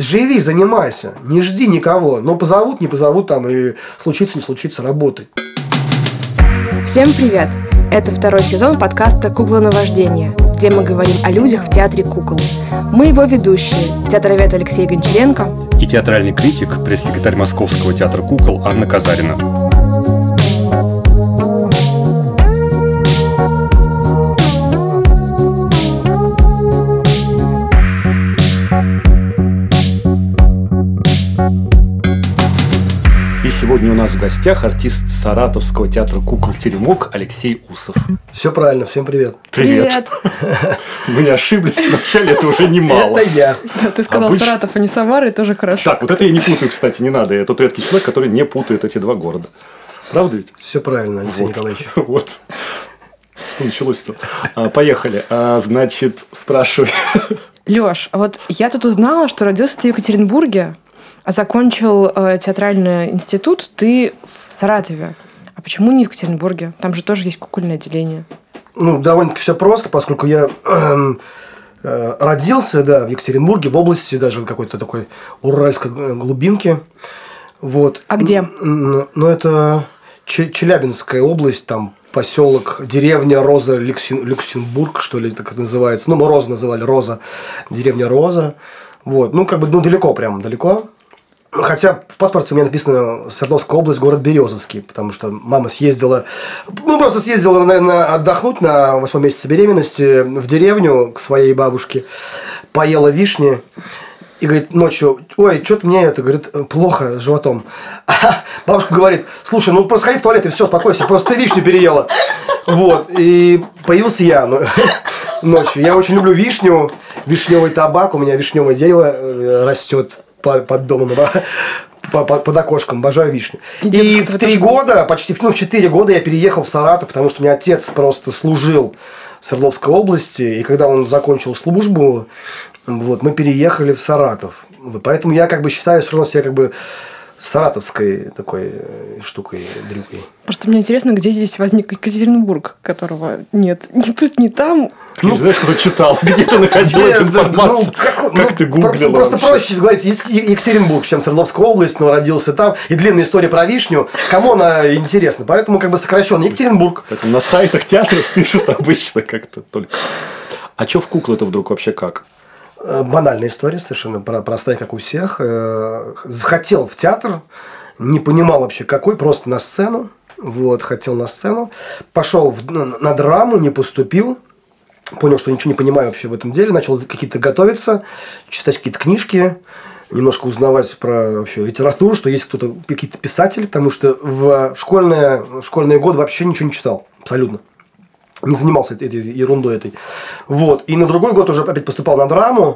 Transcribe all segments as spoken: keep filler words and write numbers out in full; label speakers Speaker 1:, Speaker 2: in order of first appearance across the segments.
Speaker 1: живи, занимайся, не жди никого. Ну, позовут, не позовут, там, и случится, не случится, работай.
Speaker 2: Всем привет! Это второй сезон подкаста «Кукла наваждения», где мы говорим о людях в театре кукол. Мы его ведущие, театровед Алексей Гончаренко
Speaker 3: и театральный критик, пресс-секретарь Московского театра кукол Анна Казарина. И сегодня у нас в гостях артист Саратовского театра кукол «Теремок» Алексей Усов.
Speaker 1: Все правильно, всем привет.
Speaker 3: Привет. Привет. Мы не ошиблись, вначале это уже немало.
Speaker 1: Это я.
Speaker 4: Да, ты сказал Обыч... Саратов, а не Самара, и тоже хорошо.
Speaker 3: Так, вот это я не путаю, кстати, не надо. Я тот редкий человек, который не путает эти два города. Правда ведь?
Speaker 1: Все правильно, Алексей
Speaker 3: вот.
Speaker 1: Николаевич.
Speaker 3: Вот. Что началось-то? А, поехали. А, значит, спрашивай.
Speaker 4: Лёш, вот я тут узнала, что родился ты в Екатеринбурге, а закончил э, театральный институт ты в Саратове. А почему не в Екатеринбурге? Там же тоже есть кукольное отделение.
Speaker 1: Ну, довольно-таки все просто, поскольку я э, э, родился, да, в Екатеринбурге, в области даже какой-то такой уральской глубинки. Вот.
Speaker 4: А где?
Speaker 1: Ну, ну это Челябинская область, там поселок, деревня Роза Люксем, Люксембург, что ли, так это называется. Ну, мы Роза называли, Роза, деревня Роза. Вот, ну, как бы, ну, далеко прям, далеко. Хотя в паспорте у меня написано Свердловская область, город Березовский, потому что мама съездила, ну, просто съездила, наверное, отдохнуть на восьмом месяце беременности в деревню к своей бабушке, поела вишни и говорит ночью: ой, что-то мне это, говорит, плохо с животом. А бабушка говорит: слушай, ну, просто сходи в туалет и все, успокойся, просто ты вишню переела. Вот, и появился я ночью. Я очень люблю вишню, вишневый табак, у меня вишневое дерево растет под домом, под окошком, обожаю вишню. И, и в три года, почти, ну, в четыре года я переехал в Саратов, потому что у меня отец просто служил в Свердловской области, и когда он закончил службу, вот, мы переехали в Саратов. Поэтому я как бы считаю все равно себя как бы саратовской такой штукой, дрюкой.
Speaker 4: Просто мне интересно, где здесь возник Екатеринбург, которого нет ни тут, ни там.
Speaker 3: Ты ну, знаешь, кто читал, где ты находил эту информацию, ну, как, как ну, ты гуглил.
Speaker 1: Просто проще говорить, есть Екатеринбург, чем Свердловская область, но родился там, и длинная история про вишню, кому она интересна, поэтому как бы сокращенно Екатеринбург.
Speaker 3: Это на сайтах театров пишут обычно как-то только. А что в куклы-то вдруг вообще как?
Speaker 1: Банальная история, совершенно простая, как у всех. Хотел в театр, не понимал вообще какой, просто на сцену. Вот, хотел на сцену. Пошел в, на драму, не поступил. Понял, что ничего не понимаю вообще в этом деле. Начал какие-то готовиться, читать какие-то книжки, немножко узнавать про вообще литературу, что есть кто-то, какие-то писатели, потому что в школьные, в школьные годы вообще ничего не читал. Абсолютно. Не занимался этой ерундой этой. Вот. И на другой год уже опять поступал на драму.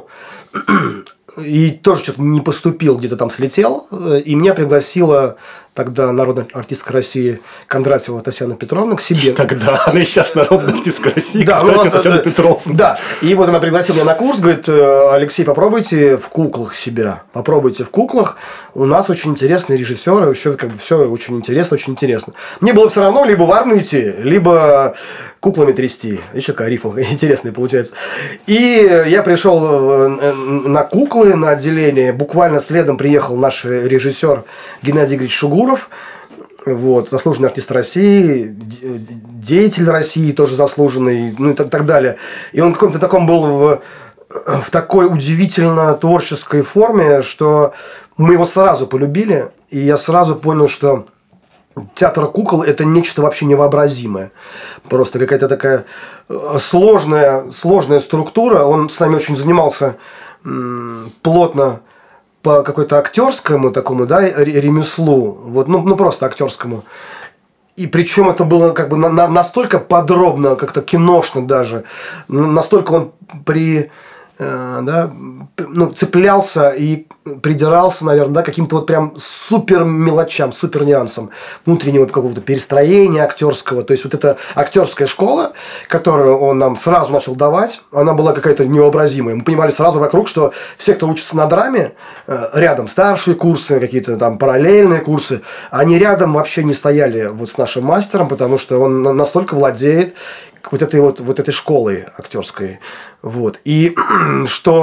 Speaker 1: И тоже что-то не поступил, где-то там слетел. И меня пригласила тогда народная артистка России Кондратьева Татьяна Петровна к себе.
Speaker 3: Тогда она и сейчас народная артистка России,
Speaker 1: да,
Speaker 3: Кондратьева
Speaker 1: ну,
Speaker 3: Татьяна
Speaker 1: да,
Speaker 3: Петровна.
Speaker 1: Да. И вот она пригласила меня на курс, говорит: Алексей, попробуйте в куклах себя. Попробуйте в куклах. У нас очень интересные режиссеры. Вообще, как бы, все очень интересно, очень интересно. Мне было все равно либо в армию идти, либо куклами трясти. Еще какая рифма интересная получается. И я пришел на куклы, на отделение. Буквально следом приехал наш режиссер Геннадий Игоревич Шугуров. Вот, заслуженный артист России, деятель России, тоже заслуженный, ну и так, так далее. И он в каком-то таком был в, в такой удивительно творческой форме, что мы его сразу полюбили. И я сразу понял, что театр кукол – это нечто вообще невообразимое. Просто какая-то такая сложная, сложная структура. Он с нами очень занимался м- плотно по какой-то актерскому такому, да, ремеслу. Вот, ну, ну, просто актерскому. И причем это было как бы на, на, настолько подробно, как-то киношно даже. Настолько он при... Да, ну, цеплялся и придирался, наверное, да, каким-то вот прям супер мелочам, супер нюансам внутреннего какого-то перестроения актерского. То есть вот эта актерская школа, которую он нам сразу начал давать, она была какая-то невообразимая. Мы понимали сразу вокруг, что все, кто учится на драме, рядом старшие курсы, какие-то там параллельные курсы, они рядом вообще не стояли вот с нашим мастером, потому что он настолько владеет вот этой вот, вот этой школой актерской. Вот. И что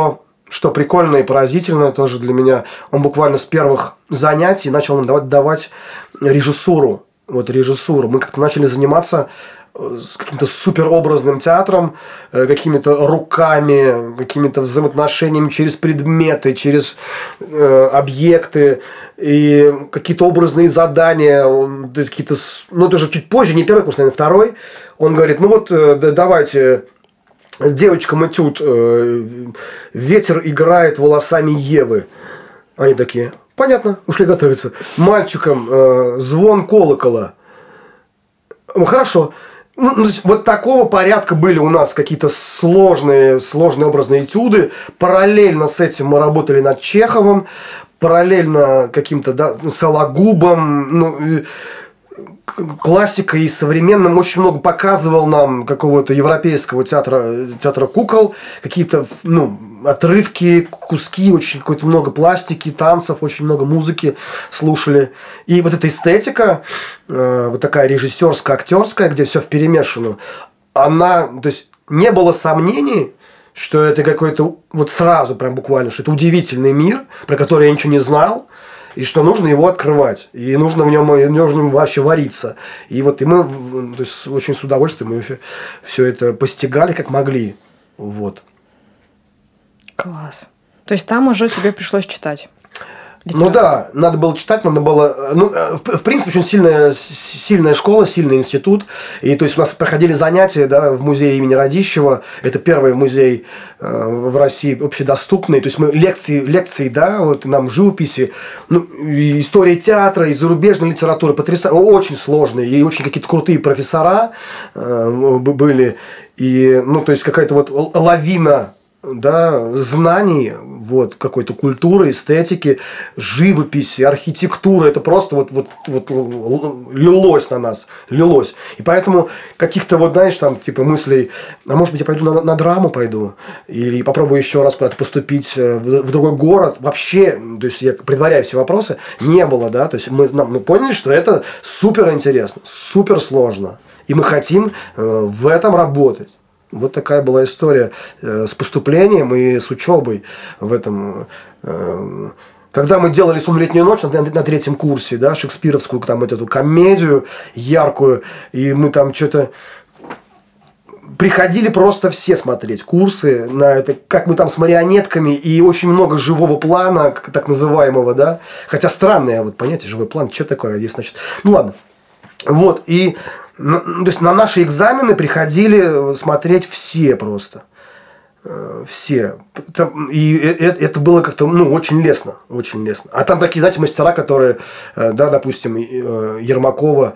Speaker 1: что прикольно и поразительно тоже для меня, он буквально с первых занятий начал нам давать, давать режиссуру. Вот режиссуру. Мы как-то начали заниматься с каким-то суперобразным театром, какими-то руками, какими-то взаимоотношениями через предметы, через э, объекты и какие-то образные задания. То есть какие-то, ну, это уже чуть позже, не первый курс, наверное, второй. Он говорит, ну вот давайте девочкам этюд «Ветер играет волосами Евы». Они такие, понятно, ушли готовиться. Мальчикам «Звон колокола». Хорошо. Ну, вот такого порядка были у нас какие-то сложные, сложные образные этюды. Параллельно с этим мы работали над Чеховым, параллельно каким-то, да, Сологубом, ну, классикой и современным. Очень много показывал нам какого-то европейского театра, театра кукол, какие-то, ну, отрывки, куски, очень какое-то много пластики, танцев, очень много музыки слушали. И вот эта эстетика, э, вот такая режиссерская, актерская, где все вперемешано, она, то есть не было сомнений, что это какой-то, вот сразу прям буквально, что это удивительный мир, про который я ничего не знал, и что нужно его открывать, и нужно в нем, нужно в нем вообще вариться. И вот и мы, то есть, очень с удовольствием мы все это постигали, как могли. Вот.
Speaker 4: Класс. То есть там уже тебе пришлось читать?
Speaker 1: Ну да, надо было читать, надо было... Ну, в, в принципе, очень сильная, сильная школа, сильный институт. И то есть у нас проходили занятия, да, в музее имени Радищева. Это первый музей э, в России общедоступный. То есть мы лекции, лекции, да, вот нам живописи, ну, история театра, и зарубежной литературы, потрясающе, очень сложные. И очень какие-то крутые профессора э, были. И, ну, то есть какая-то вот лавина, да, знаний, вот, какой-то культуры, эстетики, живописи, архитектуры. Это просто вот, вот, вот лилось на нас. Лилось. И поэтому каких-то, вот, знаешь, там, типа мыслей, а может быть, я пойду на, на драму пойду, или попробую еще раз куда-то поступить в, в другой город. Вообще, то есть, я предваряю все вопросы, не было, да. То есть, мы, мы поняли, что это супер интересно, супер сложно. И мы хотим э, в этом работать. Вот такая была история с поступлением и с учебой в этом. Когда мы делали «Сумеречную ночь» на, на третьем курсе, да, шекспировскую там, вот эту комедию яркую, и мы там что-то... Приходили просто все смотреть курсы на это, как мы там с марионетками, и очень много живого плана, так называемого, да. Хотя странное вот понятие живой план, что такое есть, значит. Ну ладно. Вот, и то есть на наши экзамены приходили смотреть все просто. Все. И это было как-то, ну, очень лестно. Очень лестно. А там такие, знаете, мастера, которые, да, допустим, Ермакова,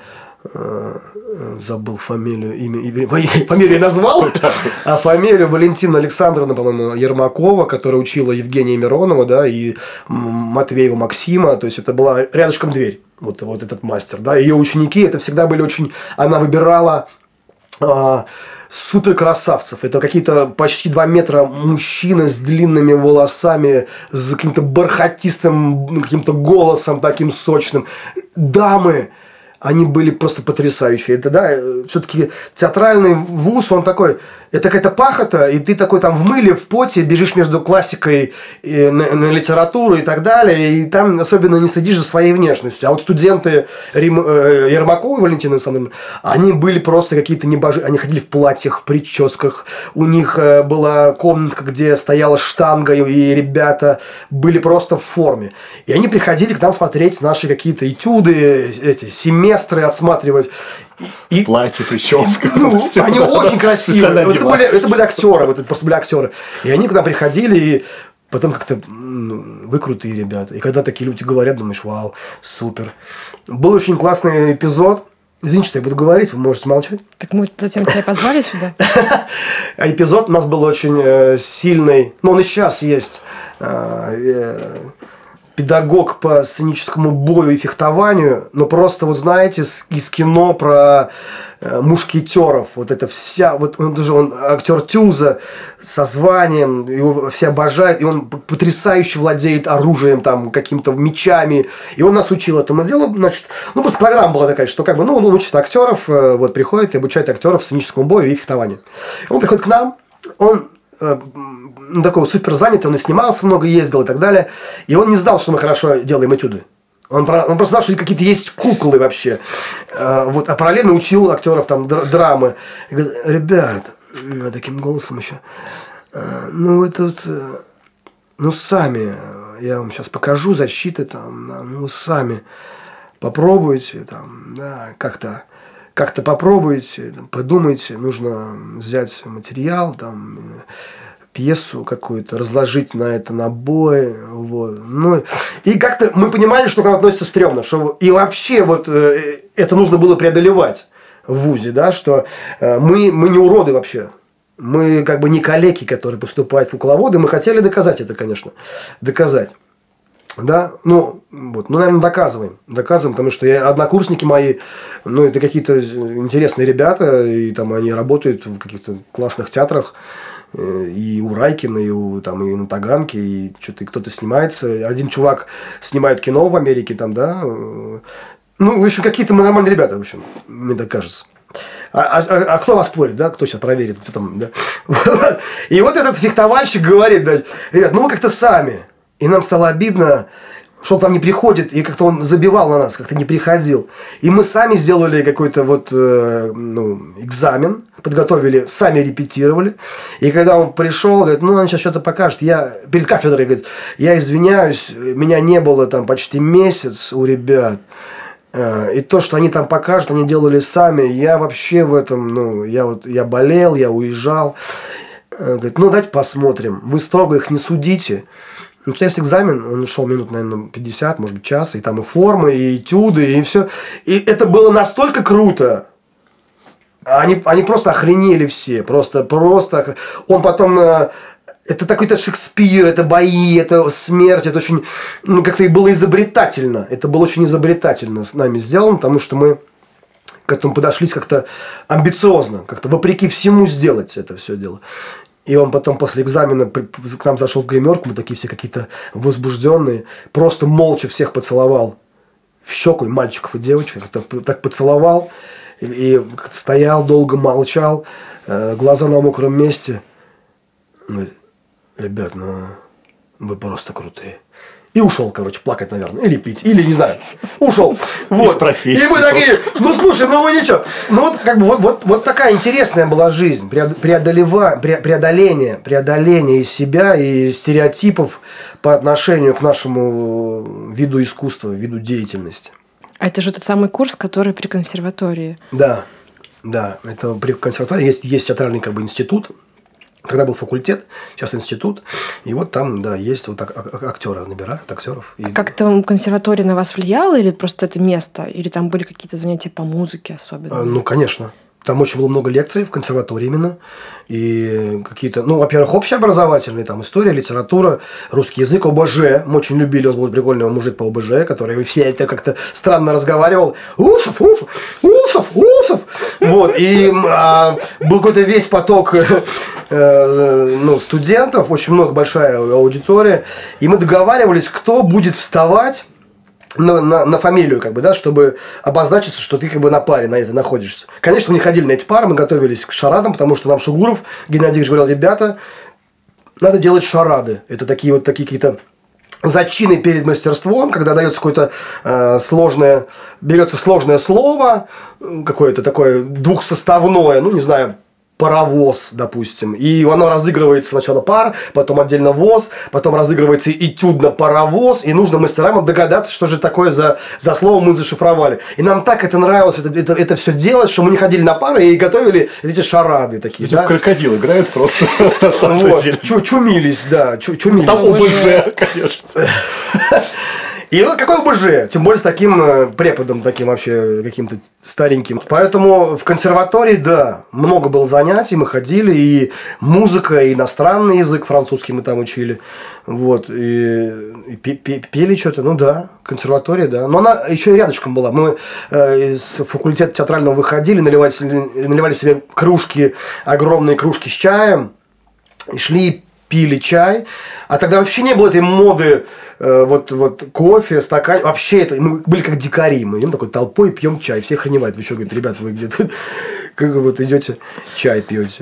Speaker 1: забыл фамилию, имя, фамилию я назвал, а фамилию Валентина Александровна, по-моему, Ермакова, которая учила Евгения Миронова, да, и Матвеева Максима, то есть это была рядышком дверь, вот, вот этот мастер, да, ее ученики, это всегда были очень, она выбирала а, супер красавцев, это какие-то почти два метра мужчины с длинными волосами, с каким-то бархатистым каким-то голосом таким сочным, дамы. Они были просто потрясающие. Это, да, все-таки театральный вуз, он такой, это какая-то пахота, и ты такой там в мыле, в поте, бежишь между классикой и на, на литературу и так далее, и там особенно не следишь за своей внешностью. А вот студенты Рим, э, Ермакова, Валентина Александровна, они были просто какие-то небожи, они ходили в платьях, в прическах, у них э, была комнатка, где стояла штанга, и ребята были просто в форме. И они приходили к нам смотреть наши какие-то этюды, эти семестры осматривать. И,
Speaker 3: платье, прическа.
Speaker 1: Ну, они очень красивые. Это были, это были актеры, вот это просто были актеры. И они к нам приходили, и потом как-то, ну, вы крутые ребята. И когда такие люди говорят, думаешь, вау, супер. Был очень классный эпизод. Извините, что я буду говорить, вы можете молчать.
Speaker 4: Так мы затем тебя позвали сюда.
Speaker 1: А эпизод у нас был очень э, сильный. Ну, он и сейчас есть. Э, э, педагог по сценическому бою и фехтованию, но просто, вот знаете, из кино про э, мушкетеров, вот это вся, вот он даже он актер Тюза со званием, его все обожают, и он потрясающе владеет оружием, там, какими-то мечами, и он нас учил этому делу, значит, ну, просто программа была такая, что как бы, ну, он учит актеров, э, вот, приходит и обучает актеров сценическому бою и фехтованию. Он приходит к нам, он ну, такой супер занятый, он и снимался много, ездил и так далее. И он не знал, что мы хорошо делаем этюды. Он, он просто знал, что какие-то есть куклы вообще. Вот, а параллельно учил актеров там драмы. И говорит: ребят, таким голосом еще, ну вы тут, ну сами, я вам сейчас покажу защиты там, ну вы сами попробуйте там, да, как-то, как-то попробуйте, там, подумайте, нужно взять материал там, пьесу какую-то, разложить на это набой. Вот. Ну, и как-то мы понимали, что к нам относится стрёмно. Что и вообще вот э, это нужно было преодолевать в вузе, да, что э, мы, мы не уроды вообще. Мы как бы не калеки, которые поступают в кукловоды. Мы хотели доказать это, конечно. Доказать. Да, ну, вот, ну, наверное, доказываем. Доказываем, потому что я, однокурсники мои, ну, это какие-то интересные ребята, и там они работают в каких-то классных театрах. И у Райкина, и, у, там, и на Таганке, и что-то кто-то снимается. Один чувак снимает кино в Америке, там, да. Ну, в общем, какие-то мы нормальные ребята, в общем, мне так кажется. А, а, а кто вас спорит, да? Кто сейчас проверит, кто там, да? И вот этот фехтовальщик говорит: да, ребят, ну вы как-то сами. И нам стало обидно, что он там не приходит, и как-то он забивал на нас, как-то не приходил. И мы сами сделали какой-то вот, э, ну, экзамен, подготовили, сами репетировали. И когда он пришел, говорит: ну, он сейчас что-то покажет. Я перед кафедрой, говорит: я извиняюсь, меня не было там почти месяц у ребят. И то, что они там покажут, они делали сами. Я вообще в этом, ну, я вот, я болел, я уезжал. Говорит: ну, давайте посмотрим. Вы строго их не судите. Ну, что есть экзамен, он шел минут, наверное, пятьдесят, может быть, час, и там и формы, и этюды, и все. И это было настолько круто. Они, они просто охренели все. Просто, просто. Он потом... Это такой-то Шекспир, это бои, это смерть. Это очень... Ну, как-то и было изобретательно. Это было очень изобретательно с нами сделано, потому что мы к этому подошли как-то амбициозно. Как-то вопреки всему сделать это все дело. И он потом после экзамена к нам зашел в гримерку, мы такие все какие-то возбужденные, просто молча всех поцеловал в щеку, и мальчиков, и девочек, так поцеловал, и, и стоял долго, молчал, глаза на мокром месте. Говорит: ребят, ну вы просто крутые. И ушел, короче, плакать, наверное. Или пить. Или, не знаю. Ушел. Вот.
Speaker 3: Из профессии.
Speaker 1: И мы такие: ну, слушай, ну вы ничего. Ну, вот, как бы, вот, вот, вот такая интересная была жизнь. Преодолева, преодоление. Преодоление из себя и стереотипов по отношению к нашему виду искусства, виду деятельности.
Speaker 4: А это же тот самый курс, который при консерватории.
Speaker 1: Да. Да. Это при консерватории есть, есть театральный как бы институт. Тогда был факультет, сейчас институт, и вот там, да, есть вот так актеры набирают, актеров.
Speaker 4: А как-то консерватория на вас влияла, или просто это место, или там были какие-то занятия по музыке особенно?
Speaker 1: А, ну, конечно. Там очень было много лекций в консерватории именно. И какие-то, ну, во-первых, общеобразовательные, там, история, литература, русский язык, ОБЖ. Мы очень любили, у нас был прикольный мужик по ОБЖ, который все это как-то странно разговаривал. Уфов, уфов, уфов, уфов. Вот, и а, был какой-то весь поток э, ну, студентов, очень много, большая аудитория. И мы договаривались, кто будет вставать На, на, на фамилию, как бы, да, чтобы обозначиться, что ты как бы на паре на это находишься. Конечно, мы не ходили на эти пары, мы готовились к шарадам, потому что нам Шугуров, Геннадьевич, говорил: ребята, надо делать шарады. Это такие вот такие какие-то зачины перед мастерством, когда дается какое-то э, сложное, берется сложное слово, какое-то такое двухсоставное, ну, не знаю, паровоз, допустим, и оно разыгрывается сначала пар, потом отдельно воз, потом разыгрывается этюдно паровоз, и нужно мастерам догадаться, что же такое за, за слово мы зашифровали. И нам так это нравилось, это, это, это все делать, что мы не ходили на пары и готовили эти шарады такие.
Speaker 3: Эти да? В крокодил играют просто на самом
Speaker 1: вот,
Speaker 3: деле.
Speaker 1: Чумились, да, чумились.
Speaker 3: Там ОБЖ, конечно.
Speaker 1: И вот какой ОБЖ, тем более с таким преподом, таким вообще каким-то стареньким. Поэтому в консерватории, да, много было занятий, мы ходили, и музыка, и иностранный язык, французский мы там учили. Вот, и, и пели что-то, ну да, консерватория, да. Но она еще и рядышком была. Мы э, из факультета театрального выходили, наливали, наливали себе кружки, огромные кружки с чаем, и шли пили чай, а тогда вообще не было этой моды, э, вот, вот кофе, стакан, вообще это, мы были как дикари, мы идем такой толпой, пьем чай, все охреневают, вы что, говорите, ребята, вы где-то, как вы вот идете, чай пьете,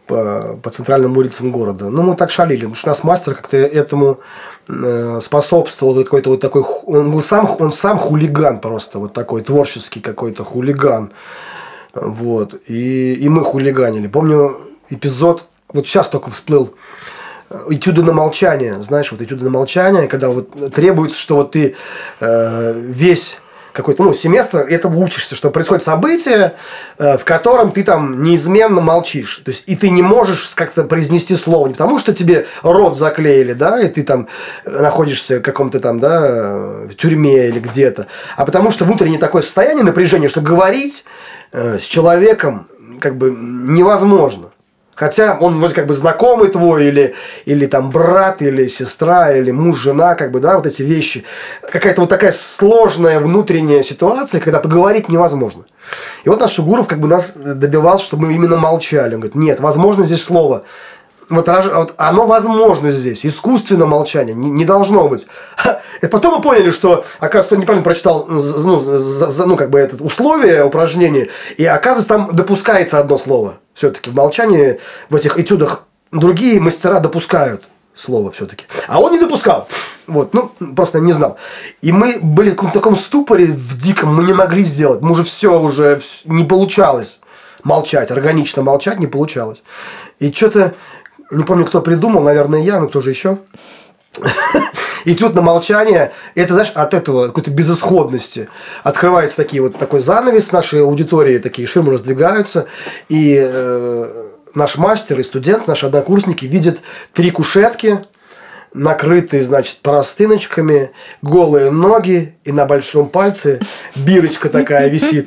Speaker 1: по, по центральным улицам города. Ну, мы так шалили, потому что у нас мастер как-то этому э, способствовал. Какой-то вот такой, он был сам, он сам хулиган просто, вот такой творческий какой-то хулиган. Вот. И, и мы хулиганили. Помню эпизод, вот сейчас только всплыл, этюды на молчание. Знаешь, вот этюды на молчание, когда вот требуется, что вот ты э, весь какой-то, ну, семестр этому учишься, что происходит событие, э, в котором ты там неизменно молчишь. То есть, и ты не можешь как-то произнести слово. Не потому, что тебе рот заклеили, да, и ты там находишься в каком-то там, да, в тюрьме или где-то, а потому что внутреннее такое состояние напряжения, что говорить э, с человеком как бы невозможно. Хотя он вроде как бы знакомый твой, или, или там брат, или сестра, или муж, жена, как бы, да, вот эти вещи. Какая-то вот такая сложная внутренняя ситуация, когда поговорить невозможно. И вот наш Шугуров как бы нас добивался, чтобы мы именно молчали. Он говорит, нет, возможно здесь слово. Вот, вот оно возможно здесь. Искусственно молчание. Не, не должно быть. И потом мы поняли, что, оказывается, он неправильно прочитал ну, за, ну, как бы это условие упражнения. И, оказывается, там допускается одно слово. Все-таки в молчании, в этих этюдах другие мастера допускают слово все-таки. А он не допускал. Вот, ну, просто не знал. И мы были в каком-то таком ступоре в диком. Мы не могли сделать. Мы уже все уже не получалось молчать. Органично молчать не получалось. И что-то... Не помню, кто придумал, наверное, я, но кто же еще. Этюд на молчание. Это, знаешь, от этого какой-то безысходности открывается такие вот такой занавес нашей аудитории, такие ширмы раздвигаются, и э, наш мастер и студент, наши однокурсники видят три кушетки, накрытые, значит, простыночками, голые ноги, и на большом пальце бирочка такая висит.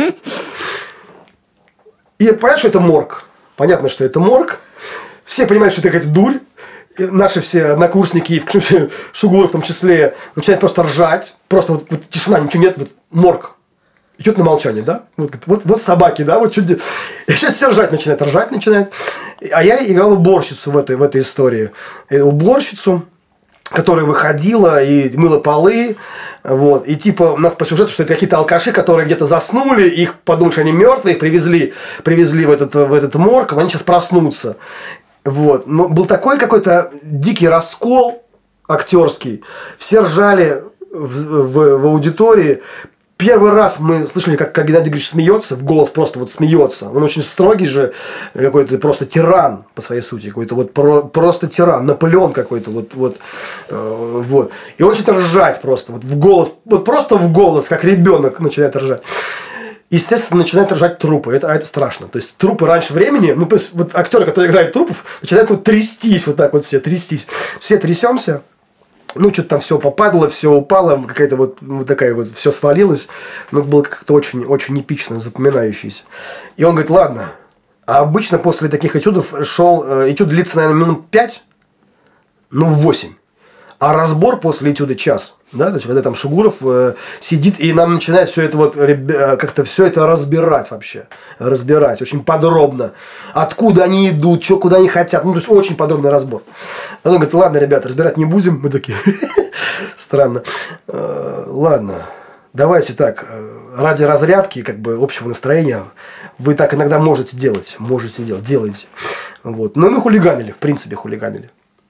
Speaker 1: И понятно, что это морг. Понятно, что это морг. Все понимают, что это какая-то дурь. И наши все однокурсники, и Шугуров в том числе, начинают просто ржать. Просто вот, вот тишина, ничего нет, вот морг. Идет на молчание, да? Вот, вот, вот собаки, да? Вот чуть... И сейчас все ржать начинают, ржать начинают. А я играл уборщицу в этой, в этой истории. И уборщицу, которая выходила и мыла полы. Вот. И типа у нас по сюжету, что это какие-то алкаши, которые где-то заснули, их подумали, что они мертвые, их привезли, привезли в, этот, в этот морг, они сейчас проснутся. Вот. Но был такой какой-то дикий раскол актерский. Все ржали в, в, в аудитории. Первый раз мы слышали, как, как Геннадий Григорьевич смеется, в голос просто вот смеется. Он очень строгий же, какой-то просто тиран по своей сути, какой-то вот про, просто тиран, Наполеон какой-то вот, вот, э, вот. И он начинает ржать просто вот в голос, вот просто в голос, как ребенок начинает ржать. Естественно, начинают ржать трупы. Это, а это страшно. То есть, трупы раньше времени, ну, то есть, вот актеры, которые играют трупов, начинают вот трястись, вот так вот все, трястись. Все трясемся. Ну, что-то там все попадало, все упало, какая-то вот, вот такая вот, все свалилось. Ну, было как-то очень, очень эпично, запоминающееся. И он говорит, ладно. А обычно после таких этюдов шел, этюд длится, наверное, минут пять, ну, восемь. А разбор после этюда час. Да, то есть, когда там Шугуров э, сидит, и нам начинает все это вот э, как-то все это разбирать вообще. Разбирать очень подробно. Откуда они идут, что, куда они хотят. Ну, то есть, очень подробный разбор. А он говорит, ладно, ребята, разбирать не будем. Мы такие, странно. Ладно, давайте так, ради разрядки, как бы, общего настроения, вы так иногда можете делать. Можете делать, делайте. Вот. Но мы хулиганили, в принципе, хулиганили.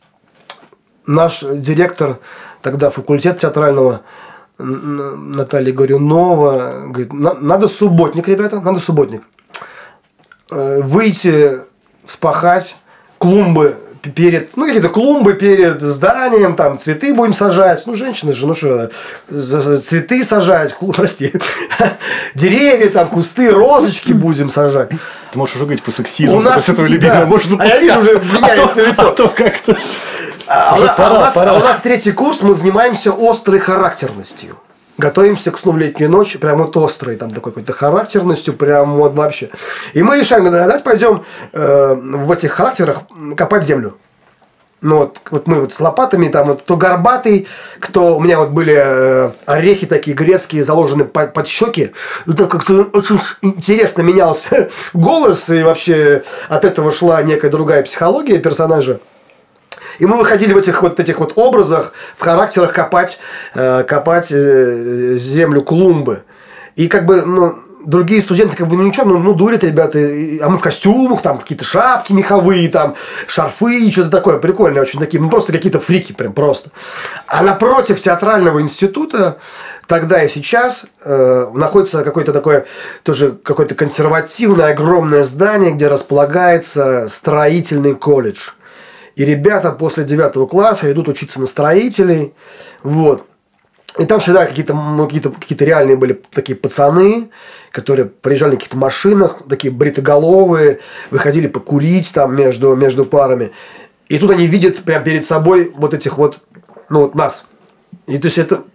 Speaker 1: Наш директор тогда факультета театрального Наталья Горюнова говорит, надо субботник, ребята, надо субботник. Выйти, вспахать клумбы перед, ну, какие-то клумбы перед зданием, там, цветы будем сажать. Ну, женщины же, ну, что, цветы сажать, клуб, прости, деревья, там, кусты, розочки будем сажать.
Speaker 3: Ты можешь уже говорить по сексизму,
Speaker 1: у нас,
Speaker 3: с этого любимого
Speaker 1: да,
Speaker 3: можно
Speaker 1: а я вижу, уже меняется
Speaker 3: а
Speaker 1: лицо.
Speaker 3: А то как-то...
Speaker 1: А,
Speaker 3: Уже
Speaker 1: а,
Speaker 3: пора,
Speaker 1: у нас,
Speaker 3: пора.
Speaker 1: а у нас третий курс, мы занимаемся острой характерностью. Готовимся к сну в летнюю ночь, прям вот острой, там такой какой-то характерностью, прям вот вообще. И мы решаем, давайте пойдем э, в этих характерах копать землю. Ну вот, вот мы вот с лопатами, там вот кто горбатый, кто... У меня вот были э, орехи такие грецкие, заложены под, под щеки. Ну так как-то очень интересно менялся голос, и вообще от этого шла некая другая психология персонажа. И мы выходили в этих вот этих вот образах, в характерах копать, э, копать э, землю клумбы. И как бы, ну, другие студенты как бы ну ничего, ну, ну дурят ребята, а мы в костюмах, там какие-то шапки меховые, там шарфы и что-то такое прикольное, очень такие, ну просто какие-то фрики прям просто. А напротив театрального института тогда и сейчас э, находится какое-то такое тоже какое-то консервативное огромное здание, где располагается строительный колледж. И ребята после девятого класса идут учиться на строителей, вот. И там всегда какие-то, ну, какие-то, какие-то реальные были такие пацаны, которые приезжали на каких-то машинах, такие бритоголовые, выходили покурить там между, между парами. И тут они видят прямо перед собой вот этих вот, ну вот нас. И то есть это...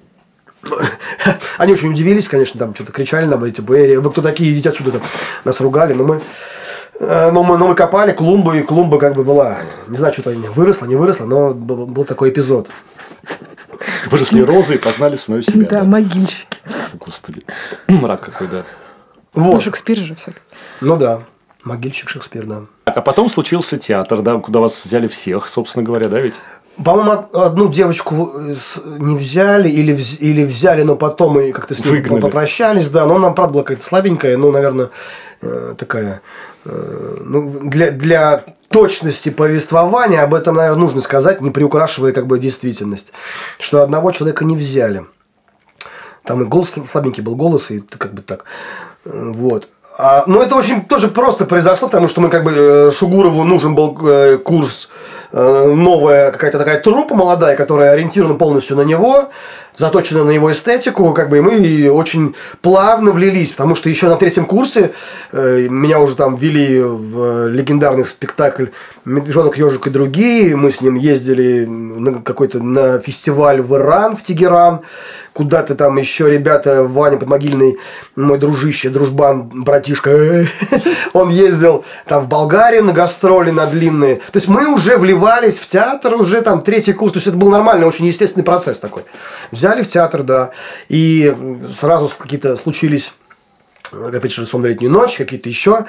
Speaker 1: Они очень удивились, конечно, там что-то кричали нам, эти типа, вы кто такие, идите отсюда, там, нас ругали, но мы... Но мы, но мы копали клумбу, и клумба как бы была... Не знаю, что-то выросла, не выросла, но был такой эпизод.
Speaker 3: Выросли розы и познали самого себя.
Speaker 4: Да,
Speaker 3: да,
Speaker 4: могильщики.
Speaker 3: Господи. Мрак какой, да.
Speaker 1: Вот.
Speaker 4: Ну, Шекспир же все-таки.
Speaker 1: Ну да. Могильщик Шекспир, да.
Speaker 3: А потом случился театр, да, куда вас взяли всех, собственно говоря, да, ведь?
Speaker 1: По-моему, одну девочку не взяли, или, или взяли, но потом мы как-то с ней
Speaker 3: Выгнали.
Speaker 1: попрощались, да. Но она, правда, была какая-то слабенькая, ну, наверное, такая... Ну, для, для точности повествования об этом, наверное, нужно сказать, не приукрашивая как бы действительность, что одного человека не взяли. Там и голос слабенький был голос, и как бы так. Вот. А, но это очень тоже просто произошло, потому что мы как бы Шугурову нужен был курс, новая какая-то такая труппа молодая, которая ориентирована полностью на него, заточена на его эстетику, как бы, и мы очень плавно влились, потому что еще на третьем курсе э, меня уже там ввели в легендарный спектакль «Медвежонок, ежик и другие». Мы с ним ездили на какой-то на фестиваль в Иран, в Тегеран, куда-то там еще ребята, Ваня Подмогильный, мой дружище, дружбан, братишка, он ездил там в Болгарию на гастроли, на длинные. То есть мы уже вливались в театр, уже там третий курс, то есть это был нормальный, очень естественный процесс такой. Взяли в театр, да, и сразу какие-то случились, опять же, «Сон в летнюю ночь», какие-то еще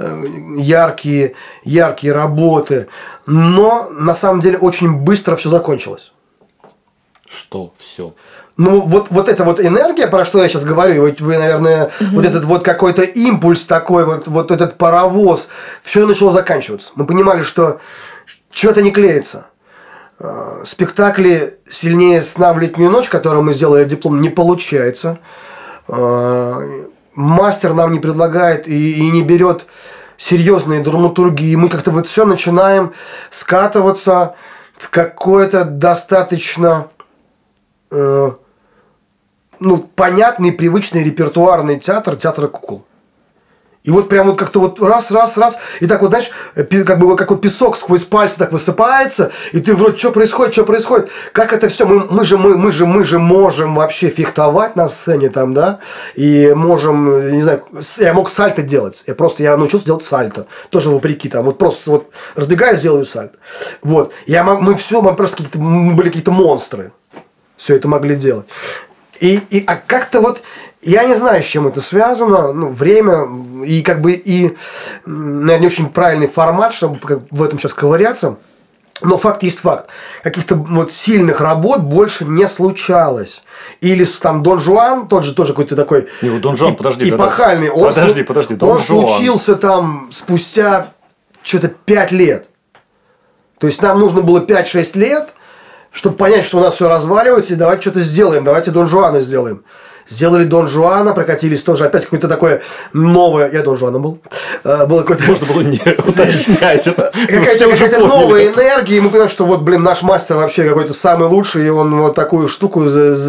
Speaker 1: яркие, яркие работы, но на самом деле очень быстро все закончилось.
Speaker 3: Что все?
Speaker 1: Ну, вот, вот эта вот энергия, про что я сейчас говорю, вы, вы наверное, угу. вот этот вот какой-то импульс такой, вот, вот этот паровоз, все начало заканчиваться. Мы понимали, что что-то не клеится. Спектакли «Сильнее сна в летнюю ночь», который мы сделали диплом, не получается. Мастер нам не предлагает и, и не берет серьезные драматургии. Мы как-то вот все начинаем скатываться в какой-то достаточно э, ну, понятный, привычный репертуарный театр, театр кукол. И вот прям вот как-то вот раз, раз, раз, и так вот, знаешь, как бы как вот песок сквозь пальцы так высыпается, и ты вроде, что происходит, что происходит, как это все, мы, мы же, мы, мы же, мы же можем вообще фехтовать на сцене там, да, и можем, не знаю, я мог сальто делать, я просто, я научился делать сальто, тоже вопреки там, вот просто вот разбегаюсь, делаю сальто, вот, я мог, мы все, мы просто какие-то, мы были какие-то монстры, все это могли делать. И, и а как-то вот, я не знаю, с чем это связано, ну, время и как бы и, наверное, не очень правильный формат, чтобы в этом сейчас ковыряться, но факт есть факт. Каких-то вот сильных работ больше не случалось. Или там Дон Жуан, тот же тоже какой-то такой
Speaker 3: не, вот Дон Жуан, подожди,
Speaker 1: эпохальный. Он,
Speaker 3: подожди, подожди, Дон
Speaker 1: он
Speaker 3: Жуан.
Speaker 1: случился там спустя что-то пять лет. То есть нам нужно было пять-шесть лет, чтобы понять, что у нас все разваливается, и давайте что-то сделаем, давайте Дон Жуана сделаем. Сделали Дон Жуана, прокатились тоже опять какое-то такое новое... Я Дон Жуаном был. Было какое-то...
Speaker 3: Можно было не уточнять это.
Speaker 1: Какая-то, какая-то новая энергия, и мы понимаем, что вот, блин, наш мастер вообще какой-то самый лучший, и он вот такую штуку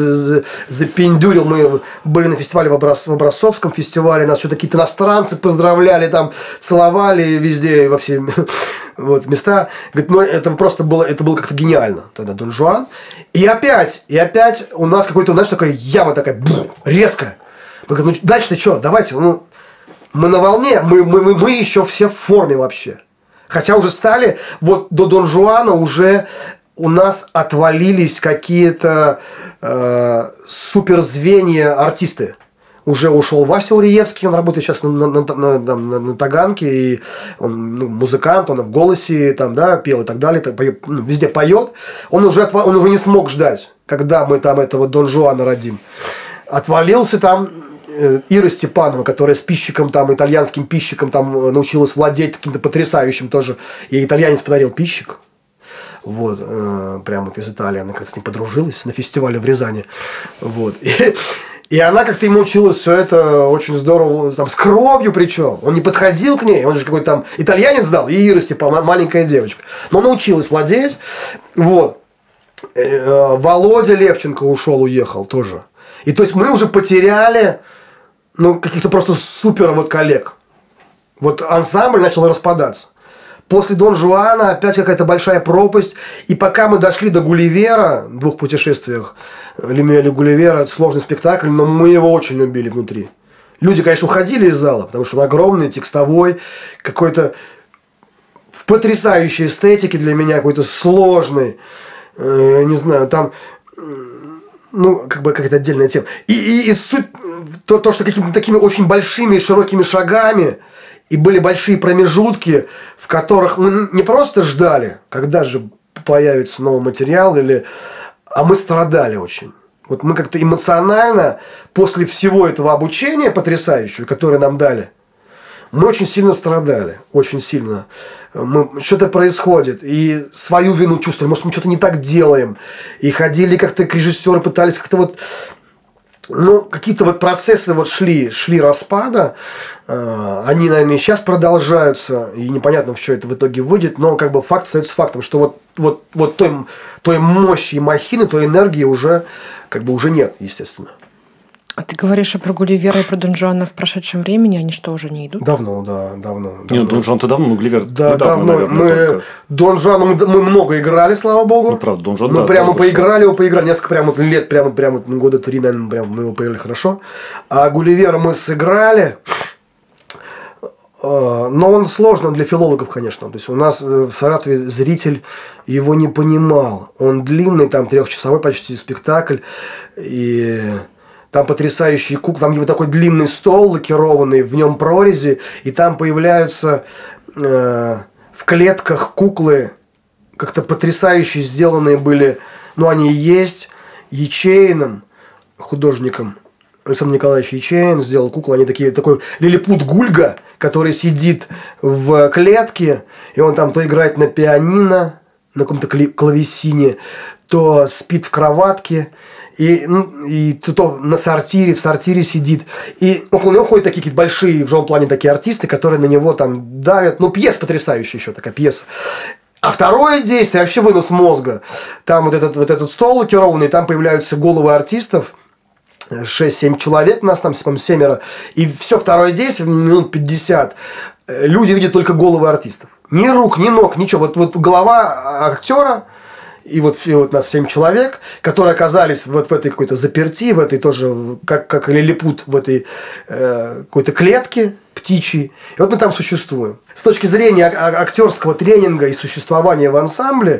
Speaker 1: запендюрил. Мы были на фестивале в, Образ... в Образцовском фестивале, нас что-то какие-то иностранцы поздравляли, там, целовали везде, во все вот, места. Говорит, ну, это просто было, это было как-то гениально тогда, Дон Жуан. И опять, и опять у нас какой-то, знаешь, такая яма такая, бух, резкая. Мы говорим, ну, дальше-то что, давайте, ну, мы на волне, мы, мы, мы, мы еще все в форме вообще. Хотя уже стали, вот до Дон Жуана уже у нас отвалились какие-то э, суперзвенья артисты. Уже ушел Вася Уриевский, он работает сейчас на, на, на, на, на, на Таганке, и он ну, музыкант, он в голосе там, да, пел и так далее, так, поет, ну, везде поет. Он уже, отва... он уже не смог ждать, когда мы там этого Дон Жуана родим. Отвалился там Ира Степанова, которая с пищиком, там, итальянским пищиком там, научилась владеть каким-то потрясающим тоже. Ей итальянец подарил пищик. Вот, э, прямо вот из Италии. Она как-то с ним подружилась на фестивале в Рязани. Вот. И, и она как-то ему училась все это очень здорово, там, с кровью причем. Он не подходил к ней, он же какой-то там итальянец дал, и Ира Степанова, маленькая девочка. Но научилась владеть. Вот. Э, Володя Левченко ушел, уехал тоже. И то есть мы уже потеряли ну, каких-то просто супер вот коллег. Вот ансамбль начал распадаться. После Дон Жуана опять какая-то большая пропасть. И пока мы дошли до Гулливера, в двух путешествиях Люмьеля Гулливера, это сложный спектакль, но мы его очень любили внутри. Люди, конечно, уходили из зала, потому что он огромный, текстовой, какой-то в потрясающей эстетике для меня, какой-то сложный. Э, не знаю, там... Ну, как бы какая-то отдельная тема. И, и, и суть, то, то, что какими-то такими очень большими и широкими шагами, и были большие промежутки, в которых мы не просто ждали, когда же появится новый материал, или... а мы страдали очень. Вот мы как-то эмоционально после всего этого обучения потрясающего, которое нам дали, мы очень сильно страдали. Очень сильно. Мы, что-то происходит. И свою вину чувствовали. Может, мы что-то не так делаем. И ходили как-то к режиссеру, пытались как-то вот... Ну, какие-то вот процессы вот шли, шли распада. Они, наверное, и сейчас продолжаются. И непонятно, в что это в итоге выйдет. Но как бы факт остается фактом, что вот, вот, вот той, той мощи и махины, той энергии уже, как бы уже нет, естественно.
Speaker 4: А ты говоришь про Гулливера и про Дон Жуана в прошедшем времени, они что, уже не идут?
Speaker 1: Давно, да, давно. давно.
Speaker 3: Нет, Дон Жуан-то давно, но Гулливер
Speaker 1: да,
Speaker 3: недавно,
Speaker 1: давно.
Speaker 3: наверное,
Speaker 1: Мы
Speaker 3: только.
Speaker 1: Дон Жуана мы, мы много играли, слава богу.
Speaker 3: Ну, правда, Дон Жуан,
Speaker 1: Мы
Speaker 3: да,
Speaker 1: прямо
Speaker 3: правда,
Speaker 1: поиграли его, поиграли. Несколько прямо вот лет, прямо, прямо ну, года три, наверное, прямо мы его поиграли хорошо. А Гулливера мы сыграли. Но он сложно для филологов, конечно. То есть у нас в Саратове зритель его не понимал. Он длинный, там трехчасовой почти спектакль. И... Там потрясающие куклы, там вот такой длинный стол лакированный, в нем прорези, и там появляются э, в клетках куклы, как-то потрясающие сделанные были, ну, они и есть, Ячеиным, художником, Александр Николаевич Ячеин сделал куклы, они такие, такой лилипут Гульга, который сидит в клетке, и он там то играет на пианино, на каком-то клавесине, то спит в кроватке, и, ну, и то, то на сортире, в сортире сидит. И около него ходят такие какие-то большие, в живом плане, такие артисты, которые на него там давят. Ну, пьеса потрясающая еще, такая пьеса. А второе действие, вообще вынос мозга. Там вот этот, вот этот стол лакированный, там появляются головы артистов. шесть-семь человек у нас там, по-моему, семеро. И все второе действие, минут пятьдесят. Люди видят только головы артистов. Ни рук, ни ног, ничего. Вот, вот голова актера. И вот, и вот нас семь человек, которые оказались вот в этой какой-то заперти, в этой тоже, как, как лилипут, в этой э, какой-то клетке птичьей. И вот мы там существуем. С точки зрения актерского тренинга и существования в ансамбле,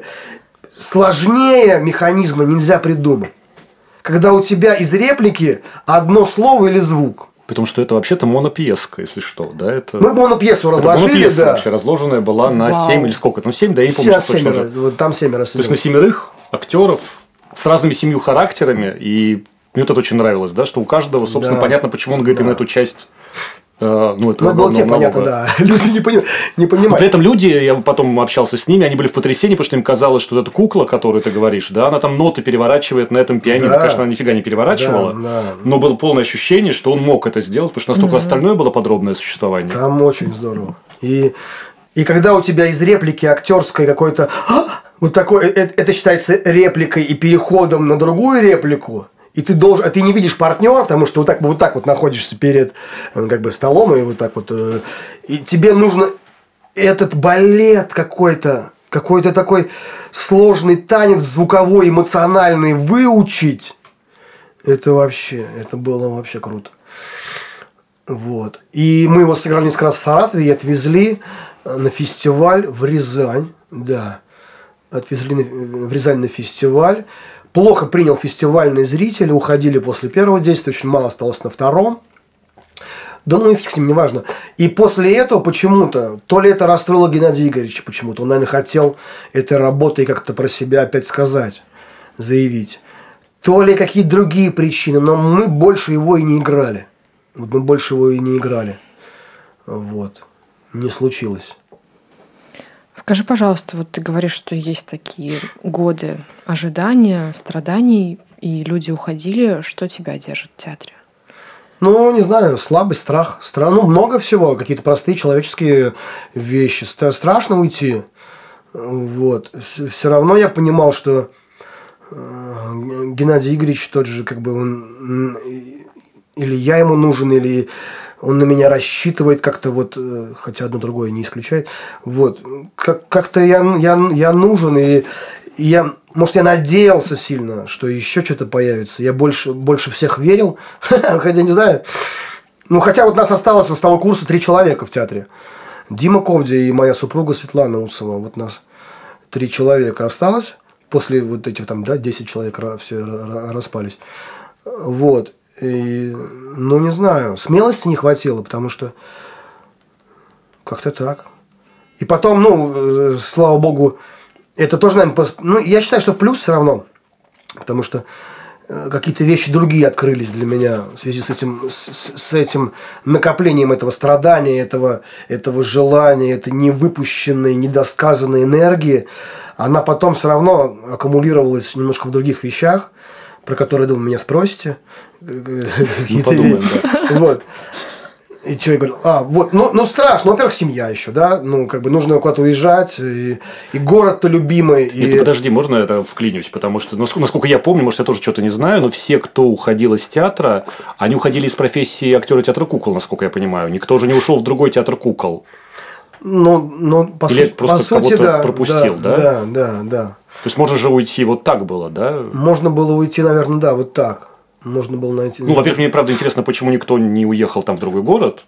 Speaker 1: сложнее механизма нельзя придумать. Когда у тебя из реплики одно слово или звук.
Speaker 3: Потому что это вообще-то монопьеска, если что, да? Это...
Speaker 1: Мы монопьесу
Speaker 3: это
Speaker 1: разложили,
Speaker 3: монопьеса
Speaker 1: да.
Speaker 3: вообще разложенная была на
Speaker 4: Вау.
Speaker 3: семь или сколько? Ну, семь, да, я не помню,
Speaker 1: Сейчас
Speaker 3: что точно
Speaker 1: семеро,
Speaker 3: же.
Speaker 1: вот там семеро.
Speaker 3: То есть на семерых актеров с разными семью характерами, и мне вот это очень нравилось, да, что у каждого, собственно,
Speaker 1: Да.
Speaker 3: понятно, почему он говорит
Speaker 1: Да.
Speaker 3: именно эту часть. Э, ну, этого
Speaker 1: Ну, было тебе
Speaker 3: нового-
Speaker 1: понятно, да. Люди не, пони... не
Speaker 3: Но
Speaker 1: понимают.
Speaker 3: при этом люди, я потом общался с ними, они были в потрясении, потому что им казалось, что вот эта кукла, которую ты говоришь, да, она там ноты переворачивает на этом пианино.
Speaker 1: Да.
Speaker 3: Конечно, она нифига не переворачивала,
Speaker 1: Да, да.
Speaker 3: но было полное ощущение, что он мог это сделать, потому что настолько остальное было подробное существование.
Speaker 1: Там очень здорово. И, и когда у тебя из реплики актерской какой-то «А!» вот такой, это, это считается репликой и переходом на другую реплику, и ты должен, а ты не видишь партнера, потому что вот так, вот так вот находишься перед э, как бы столом, и вот так вот, э, и тебе нужно этот балет какой-то, какой-то такой сложный танец звуковой, эмоциональный выучить. Это вообще, это было вообще круто. Вот. И мы его сыграли несколько раз в Саратове и отвезли на фестиваль в Рязань. Да. Отвезли в Рязань на фестиваль. Плохо принял фестивальный зритель. Уходили после первого действия. Очень мало осталось на втором. Да ну и фиг с ним, неважно. И после этого почему-то, то ли это расстроило Геннадия Игоревича почему-то. Он, наверное, хотел этой работой как-то про себя опять сказать, заявить. То ли какие-то другие причины. Но мы больше его и не играли. Вот мы больше его и не играли. Вот. Не случилось.
Speaker 4: Скажи, пожалуйста, вот ты говоришь, что есть такие годы ожидания, страданий, и люди уходили. Что тебя держит в театре?
Speaker 1: Ну, не знаю, слабость, страх. Стра... Ну, много всего. Какие-то простые человеческие вещи. Страшно уйти. Вот. Все равно я понимал, что Геннадий Игоревич тот же, как бы он... Или я ему нужен, или он на меня рассчитывает как-то вот, хотя одно другое не исключает. Вот. Как- как-то я, я, я нужен, и, и я, может, я надеялся сильно, что еще что-то появится. Я больше, больше всех верил, хотя не знаю. Ну, хотя вот нас осталось с того курса три человека в театре. Дима Ковдя и моя супруга Светлана Усова. Вот нас три человека осталось. После вот этих там, да, десять человек все распались. Вот. И, ну, не знаю, смелости не хватило, потому что как-то так. И потом, ну, слава богу, это тоже, наверное, пос... ну, я считаю, что в плюс все равно, потому что какие-то вещи другие открылись для меня в связи с этим, с, с этим накоплением этого страдания, этого, этого желания, этой невыпущенной, недосказанной энергии. Она потом все равно аккумулировалась немножко в других вещах, про которые, я думаю, меня спросите.
Speaker 3: Ну, подумаем, да.
Speaker 1: Вот. И что я говорю? А, вот, ну, ну страшно. Во-первых, семья еще, да. Ну, как бы нужно куда-то уезжать. И, и город-то любимый. И...
Speaker 3: Нет, подожди, можно это вклинюсь? Потому что, насколько я помню, может, я тоже что-то не знаю, но все, кто уходил из театра, они уходили из профессии актера театра кукол, насколько я понимаю. Никто же не ушел в другой театр кукол.
Speaker 1: Ну, ну по,
Speaker 3: Или
Speaker 1: су-
Speaker 3: просто
Speaker 1: по сути,
Speaker 3: кого-то
Speaker 1: да,
Speaker 3: пропустил, да?
Speaker 1: Да, да, да.
Speaker 3: То есть можно же уйти вот так было, да?
Speaker 1: Можно было уйти, наверное, да, вот так. Можно было найти.
Speaker 3: Ну, во-первых, мне правда интересно, почему никто не уехал там в другой город.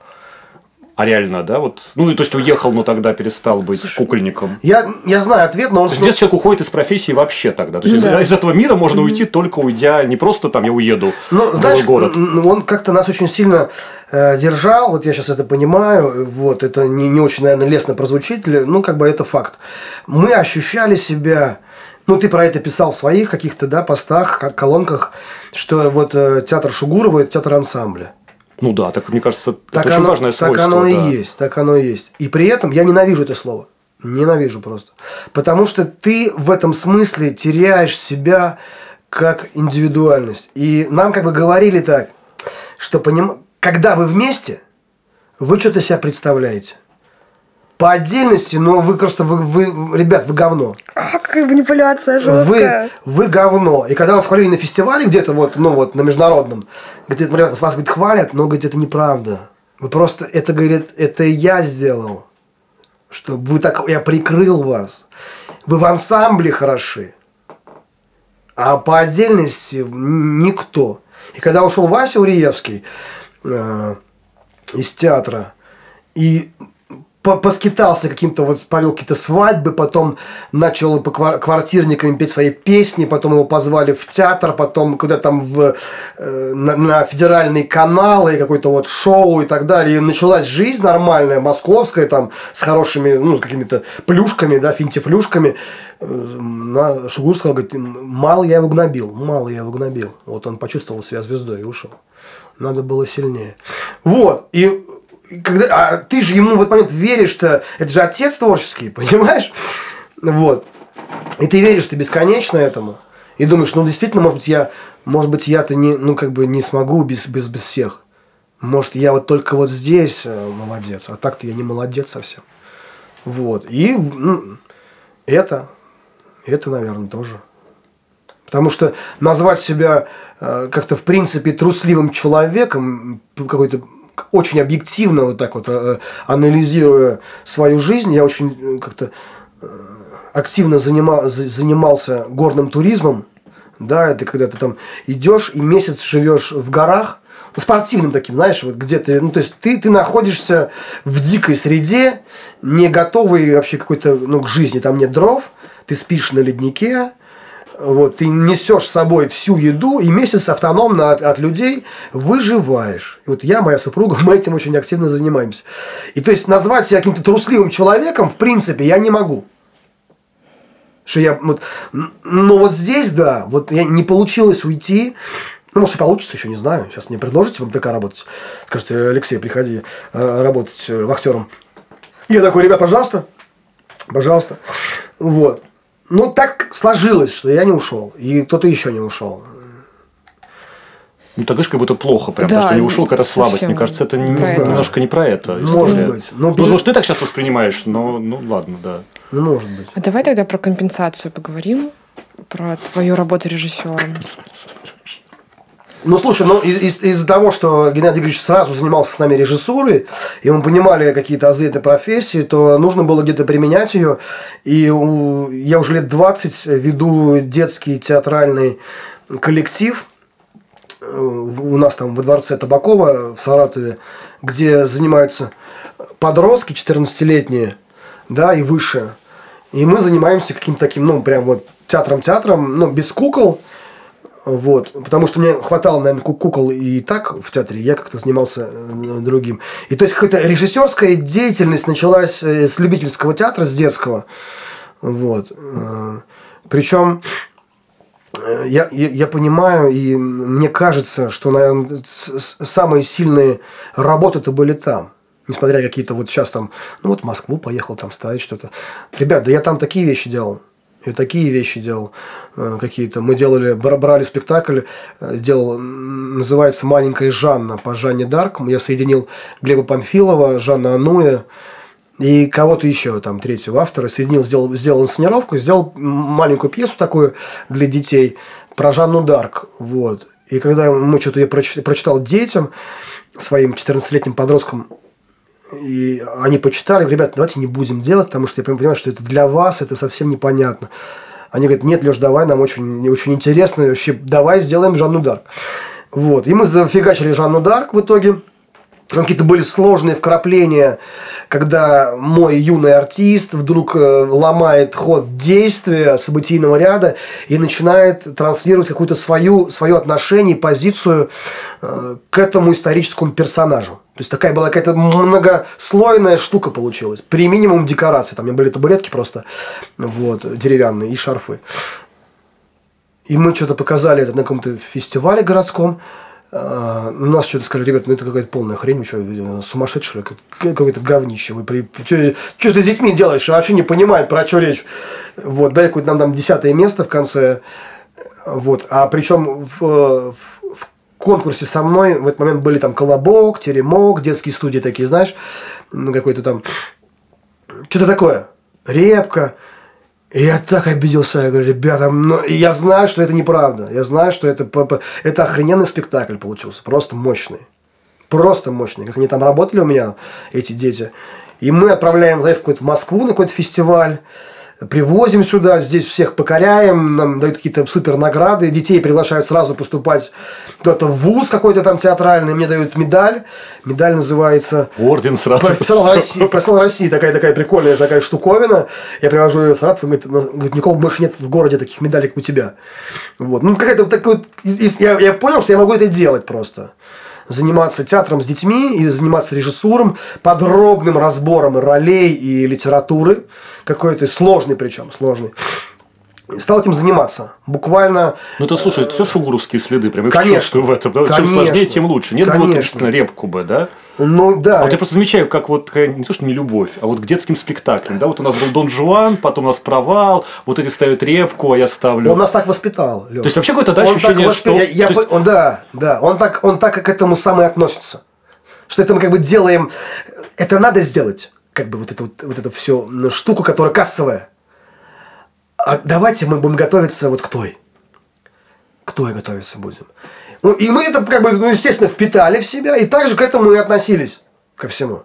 Speaker 3: А реально, да, вот. Ну, то есть уехал, но тогда перестал быть Слушай, кукольником.
Speaker 1: Я, я знаю ответ, но он.
Speaker 3: То есть, здесь человек уходит из профессии вообще тогда. То есть да. из, из этого мира можно уйти, только уйдя не просто там я уеду
Speaker 1: ну,
Speaker 3: в
Speaker 1: знаешь,
Speaker 3: другой город.
Speaker 1: Он как-то нас очень сильно э, держал. Вот я сейчас это понимаю. Вот это не, не очень, наверное, лестно прозвучит. Ну, как бы это факт. Мы ощущали себя. Ну, ты про это писал в своих каких-то, да, постах, как колонках, что вот э, театр Шугурова – это театр ансамбля.
Speaker 3: Ну да, так мне кажется,
Speaker 1: так
Speaker 3: это
Speaker 1: оно,
Speaker 3: очень важное свойство.
Speaker 1: Так оно
Speaker 3: да.
Speaker 1: и есть, так оно и есть. И при этом я ненавижу это слово. Ненавижу просто. Потому что ты в этом смысле теряешь себя как индивидуальность. И нам как бы говорили так, что поним... когда вы вместе, вы что-то себя представляете. По отдельности, но вы просто, вы, вы, ребят, вы говно.
Speaker 4: А, какая манипуляция жесткая.
Speaker 1: Вы, вы говно. И когда нас хвалили на фестивале где-то, вот, ну вот, на международном, говорит, ребят, вас, говорит, хвалят, но, говорит, это неправда. Вы просто, это, говорит, это я сделал. Чтобы вы так, я прикрыл вас. Вы в ансамбле хороши. А по отдельности никто. И когда ушел Вася Уриевский э, из театра, и поскитался каким-то, вот повел какие-то свадьбы, потом начал по квартирникам петь свои песни, потом его позвали в театр, потом куда-то там в, э, на, на федеральные каналы, какое-то вот шоу и так далее. И началась жизнь нормальная, московская, там, с хорошими, ну, с какими-то плюшками, да, финтифлюшками. На Шугур сказал, говорит, мало я его гнобил, мало я его гнобил. Вот он почувствовал себя звездой и ушел. Надо было сильнее. Вот, и Когда, а ты же ему в этот момент веришь, что это же отец творческий, понимаешь? Вот. И ты веришь, ты бесконечно этому. И думаешь, ну действительно, может быть, я, может быть, я-то не, ну, как бы не смогу без, без, без всех. Может, я вот только вот здесь молодец, а так-то я не молодец совсем. Вот. И ну, это, это, наверное, тоже. Потому что назвать себя э, как-то в принципе трусливым человеком, какой-то очень объективно, вот так вот, анализируя свою жизнь, я очень как-то активно занимал, занимался горным туризмом. Да, это когда ты там идешь и месяц живешь в горах, ну, спортивным таким, знаешь, вот где ты, ну, то есть ты, ты находишься в дикой среде, не готовый вообще какой-то, ну, к жизни, там нет дров, ты спишь на леднике. Вот, ты несешь с собой всю еду и месяц автономно от, от людей выживаешь. И вот я, моя супруга, мы этим очень активно занимаемся. И то есть назвать себя каким-то трусливым человеком, в принципе, я не могу. Что я вот, но вот здесь, да, вот я, не получилось уйти. Ну, может, и получится, еще не знаю. Сейчас мне предложите в МТК работать. Скажете, Алексей, приходи э, работать э, вахтером. Я такой, ребят, пожалуйста. Пожалуйста. Вот. Ну, так сложилось, что я не ушел. И кто-то еще не ушел.
Speaker 3: Ну, так говоришь, как будто плохо прям,
Speaker 4: Да,
Speaker 3: потому что не ушел, какая-то слабость.
Speaker 4: совсем
Speaker 3: Мне кажется, это не-
Speaker 4: про это.
Speaker 3: немножко не про это.
Speaker 1: Может
Speaker 3: история.
Speaker 1: быть. Но
Speaker 3: Ну,
Speaker 1: без-
Speaker 3: может, ты так сейчас воспринимаешь, но ну ладно, да.
Speaker 1: Ну, может быть.
Speaker 4: А давай тогда про компенсацию поговорим, про твою работу режиссером.
Speaker 1: Ну, слушай, ну, из- из- из-за того, что Геннадий Григорьевич сразу занимался с нами режиссурой, и мы понимали какие-то азы этой профессии, то нужно было где-то применять ее. И у- я уже лет двадцать веду детский театральный коллектив у нас там во дворце Табакова в Саратове, где занимаются подростки четырнадцатилетние, да, и выше. И мы занимаемся каким-то таким, ну, прям вот театром-театром, ну, без кукол. Вот, потому что мне хватало, наверное, кукол и так в театре, я как-то занимался другим. И то есть какая-то режиссерская деятельность началась с любительского театра, с детского. Вот. Причем я, я, я понимаю, и мне кажется, что, наверное, самые сильные работы-то были там. Несмотря на какие-то вот сейчас там, ну вот в Москву поехал там ставить что-то. Ребят, да я там такие вещи делал. Я такие вещи делал какие-то. Мы делали, брали спектакль, делал, называется «Маленькая Жанна» по Жанне Дарк. Я соединил Глеба Панфилова, Жанна Ануя и кого-то еще, там, третьего автора. Соединил, сделал, сделал инсценировку, сделал маленькую пьесу такую для детей про Жанну Дарк. Вот. И когда мы что-то я прочитал детям, своим четырнадцатилетним подросткам, и они почитали, говорят, ребята, давайте не будем делать, потому что я понимаю, что это для вас, это совсем непонятно. Они говорят, нет, Леш, давай, нам очень, очень интересно, вообще, давай сделаем Жанну Дарк. Вот. И мы зафигачили Жанну Дарк в итоге. Какие-то были сложные вкрапления, когда мой юный артист вдруг ломает ход действия событийного ряда и начинает транслировать какую-то свою, свое отношение, позицию к этому историческому персонажу. То есть такая была какая-то многослойная штука получилась. При минимум декорации. Там у меня были табуретки просто вот, деревянные и шарфы. И мы что-то показали это на каком-то фестивале городском. Uh, нас что-то сказали, ребят, ну это какая-то полная хрень, вы что, сумасшедшие, какое-то говнище, вы при... что, что ты с детьми делаешь, вообще не понимают, про что речь. Вот, дай какое-то нам там десятое место в конце, вот, а причем в, в, в конкурсе со мной в этот момент были там Колобок, Теремок, детские студии такие, знаешь, ну какой-то там, что-то такое, Репка. И я так обиделся, я говорю, ребята, ну, я знаю, что это неправда, я знаю, что это, это охрененный спектакль получился, просто мощный, просто мощный, как они там работали у меня, эти дети. И мы отправляем заявку в Москву на какой-то фестиваль, привозим сюда, здесь всех покоряем, нам дают какие-то супер награды, детей приглашают сразу поступать куда-то в вуз какой-то там театральный, мне дают медаль, медаль называется
Speaker 3: орден сразу.
Speaker 1: Профессионал России, профессионал России, такая, такая прикольная такая штуковина, я привожу ее в Саратов, и говорит, никого больше нет в городе таких медалей, как у тебя. Вот. Ну, какая-то вот такая вот, я, я понял, что я могу это делать просто. Заниматься театром с детьми и заниматься режиссуром, подробным разбором ролей и литературы, какой-то сложный причем, сложный. Стал этим заниматься. Буквально...
Speaker 3: Ну, это, слушай, это все шугуровские следы, прям их
Speaker 1: Конечно.
Speaker 3: чувствую в этом. Да? Чем
Speaker 1: Конечно.
Speaker 3: сложнее, тем лучше. Нет,
Speaker 1: Конечно.
Speaker 3: было действительно Репку бы, да?
Speaker 1: Ну, да.
Speaker 3: А вот я просто замечаю, как вот такая, не то, что не любовь, а вот к детским спектаклям. Да, вот у нас был Дон Жуан, потом у нас Провал, вот эти ставят Репку, а я ставлю...
Speaker 1: Он нас так воспитал, Лёш.
Speaker 3: То есть, вообще какое-то да,
Speaker 1: Он
Speaker 3: ощущение,
Speaker 1: так
Speaker 3: что...
Speaker 1: воспи- я- я
Speaker 3: то есть,
Speaker 1: по- он, да, да. Он так, он так к этому сам и относится. Что это мы как бы делаем... Это надо сделать. Как бы вот эту вот, вот эту всю штуку, которая кассовая. А давайте мы будем готовиться вот к той. К той готовиться будем. Ну, и мы это, как бы, ну, естественно, впитали в себя, и также к этому и относились, ко всему.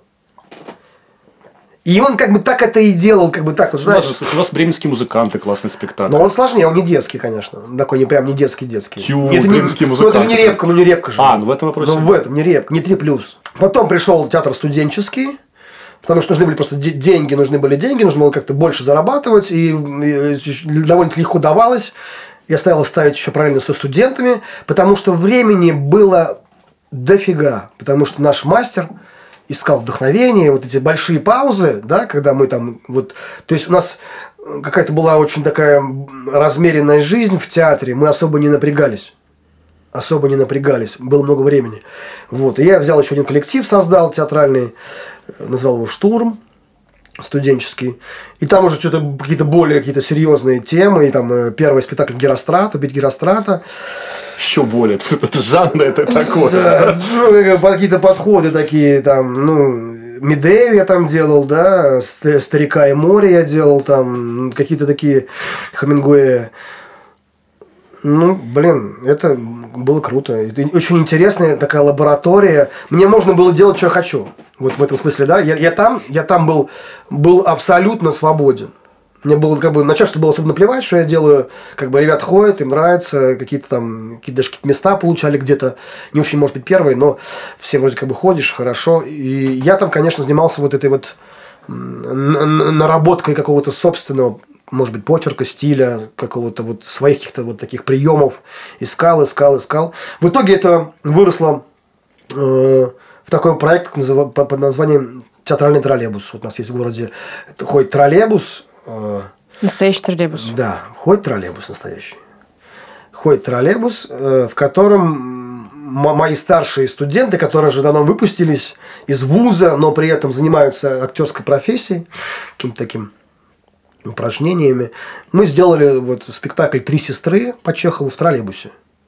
Speaker 1: И он как бы так это и делал, как бы так, вот, знаешь.
Speaker 3: Слушай, слушай, у вас бременские музыканты, классный спектакль.
Speaker 1: Но он сложнее, он не детский, конечно. Он такой не прям не детский детский.
Speaker 3: Тю,
Speaker 1: это не,
Speaker 3: бременские
Speaker 1: ну, это же
Speaker 3: музыканты.
Speaker 1: не Репка, ну не Репка же.
Speaker 3: А, ну в этом вопросе.
Speaker 1: Ну в этом не Репка, не три плюс. Потом пришел театр студенческий. Потому что нужны были просто деньги, нужны были деньги, нужно было как-то больше зарабатывать, и, и довольно легко давалось. Я стал ставить еще параллельно со студентами, потому что времени было дофига, потому что наш мастер искал вдохновение, вот эти большие паузы, да, когда мы там вот, то есть у нас какая-то была очень такая размеренная жизнь в театре, мы особо не напрягались. особо не напрягались, было много времени. Вот. И я взял еще один коллектив, создал театральный, назвал его «Штурм», студенческий. И там уже что-то какие-то более какие-то серьезные темы. И там первый спектакль «Герострат», «Убить Герострата».
Speaker 3: Еще более. Это жанр, это такое.
Speaker 1: Да, ну, какие-то подходы такие, там, ну, Медею я там делал, да, «Старика и море» я делал, там, какие-то такие Хемингуэя. Ну, блин, это было круто. Это очень интересная такая лаборатория. Мне можно было делать, что я хочу. Вот в этом смысле, да. Я, я там, я там был, был абсолютно свободен. Мне было как бы начальству было особо наплевать, что я делаю. Как бы ребят ходят, им нравится, какие-то там какие-то даже какие-то места получали где-то. Не очень, может быть, первые, но все вроде как бы ходишь, хорошо. И я там, конечно, занимался вот этой вот наработкой какого-то собственного, может быть, почерка, стиля, какого-то вот своих каких-то вот таких приемов. Искал, искал, искал. В итоге это выросло э, в такой проект под названием «Театральный троллейбус». Вот у нас есть в городе ходит троллейбус. Э,
Speaker 4: настоящий троллейбус.
Speaker 1: Да, ходит троллейбус настоящий. Ходит троллейбус, э, в котором мои старшие студенты, которые же давно выпустились из вуза, но при этом занимаются актерской профессией, каким-то таким упражнениями. Мы сделали вот спектакль «Три сестры» по Чехову в троллейбусе.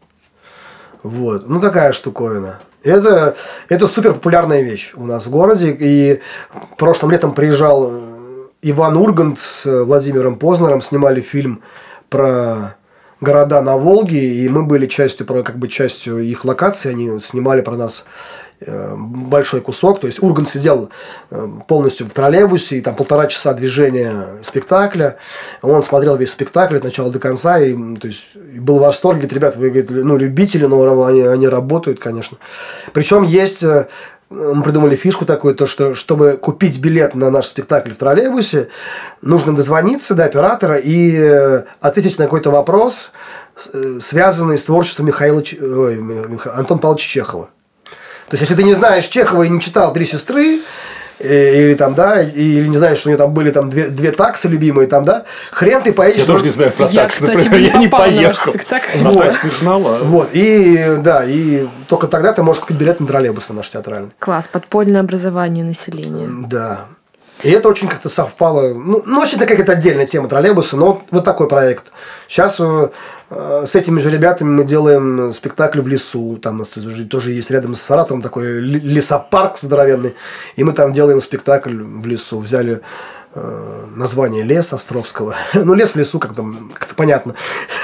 Speaker 1: Вот. Ну, такая штуковина. Это, это супер популярная вещь у нас в городе. И прошлым летом приезжал Иван Ургант с Владимиром Познером, снимали фильм про города на Волге, и мы были частью, как бы частью их локации. Они снимали про нас большой кусок, то есть Ургант сидел полностью в троллейбусе, и там полтора часа движения спектакля, он смотрел весь спектакль от начала до конца, и, то есть, и был в восторге, говорит, ребят, вы, говорит, ну, любители, но они, они работают, конечно. Причем есть, мы придумали фишку такую, то, что чтобы купить билет на наш спектакль в троллейбусе, нужно дозвониться до оператора и ответить на какой-то вопрос, связанный с творчеством Михаила, ой, Антона Павловича Чехова. То есть, если ты не знаешь Чехова и не читал «Три сестры», или там, да, или не знаешь, что у него там были там две, две таксы любимые, там, да, хрен ты поедешь.
Speaker 3: Я тоже не знаю про
Speaker 4: я,
Speaker 3: таксы,
Speaker 4: кстати,
Speaker 3: например,
Speaker 4: не
Speaker 3: я не
Speaker 4: поехал.
Speaker 3: Про
Speaker 1: вот.
Speaker 3: таксы знала.
Speaker 1: Вот, и, да, и только тогда ты можешь купить билет на троллейбус на наш театральный.
Speaker 4: Класс, подпольное образование населения.
Speaker 1: Да. И это очень как-то совпало. Ну, ну вообще, это какая-то отдельная тема троллейбуса, но вот, вот такой проект. Сейчас э, с этими же ребятами мы делаем спектакль в лесу. Там у нас тоже есть рядом с Саратовом такой лесопарк здоровенный. И мы там делаем спектакль в лесу. Взяли э, название «Лес» Островского. Ну, лес в лесу, как там, как-то понятно.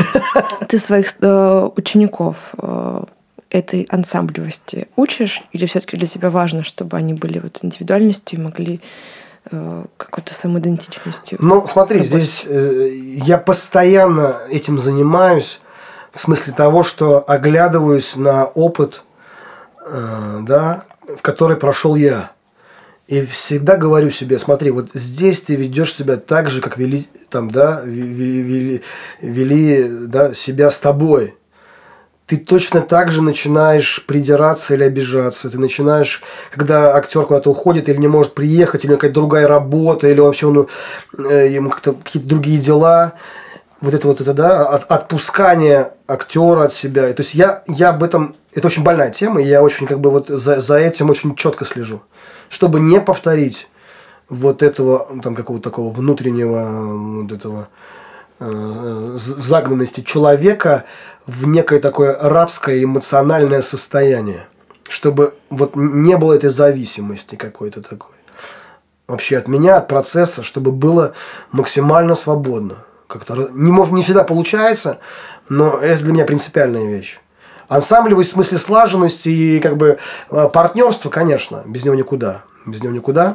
Speaker 4: Ты своих э, учеников э, этой ансамблевости учишь? Или все-таки для тебя важно, чтобы они были вот индивидуальностью и могли какой-то самоидентичностью?
Speaker 1: Ну, смотри,
Speaker 4: работать?
Speaker 1: Здесь э, я постоянно этим занимаюсь, в смысле того, что оглядываюсь на опыт, э, да, в который прошел я. И всегда говорю себе, смотри, вот здесь ты ведешь себя так же, как вели, там, да, вели, вели да, себя с тобой. Ты точно так же начинаешь придираться или обижаться. Ты начинаешь, когда актер куда-то уходит или не может приехать, или какая-то другая работа, или вообще он, ему как-то какие-то другие дела. Вот это вот это, да, от, отпускание актера от себя. То есть я, я об этом... Это очень больная тема, и я очень как бы вот за, за этим очень четко слежу. Чтобы не повторить вот этого там какого-то такого внутреннего вот этого э, загнанности человека в некое такое рабское эмоциональное состояние, чтобы вот не было этой зависимости какой-то такой вообще от меня, от процесса, чтобы было максимально свободно. Как-то не, может, не всегда получается, но это для меня принципиальная вещь. Ансамблевость в смысле слаженности и как бы партнерства, конечно, без него никуда, без него никуда.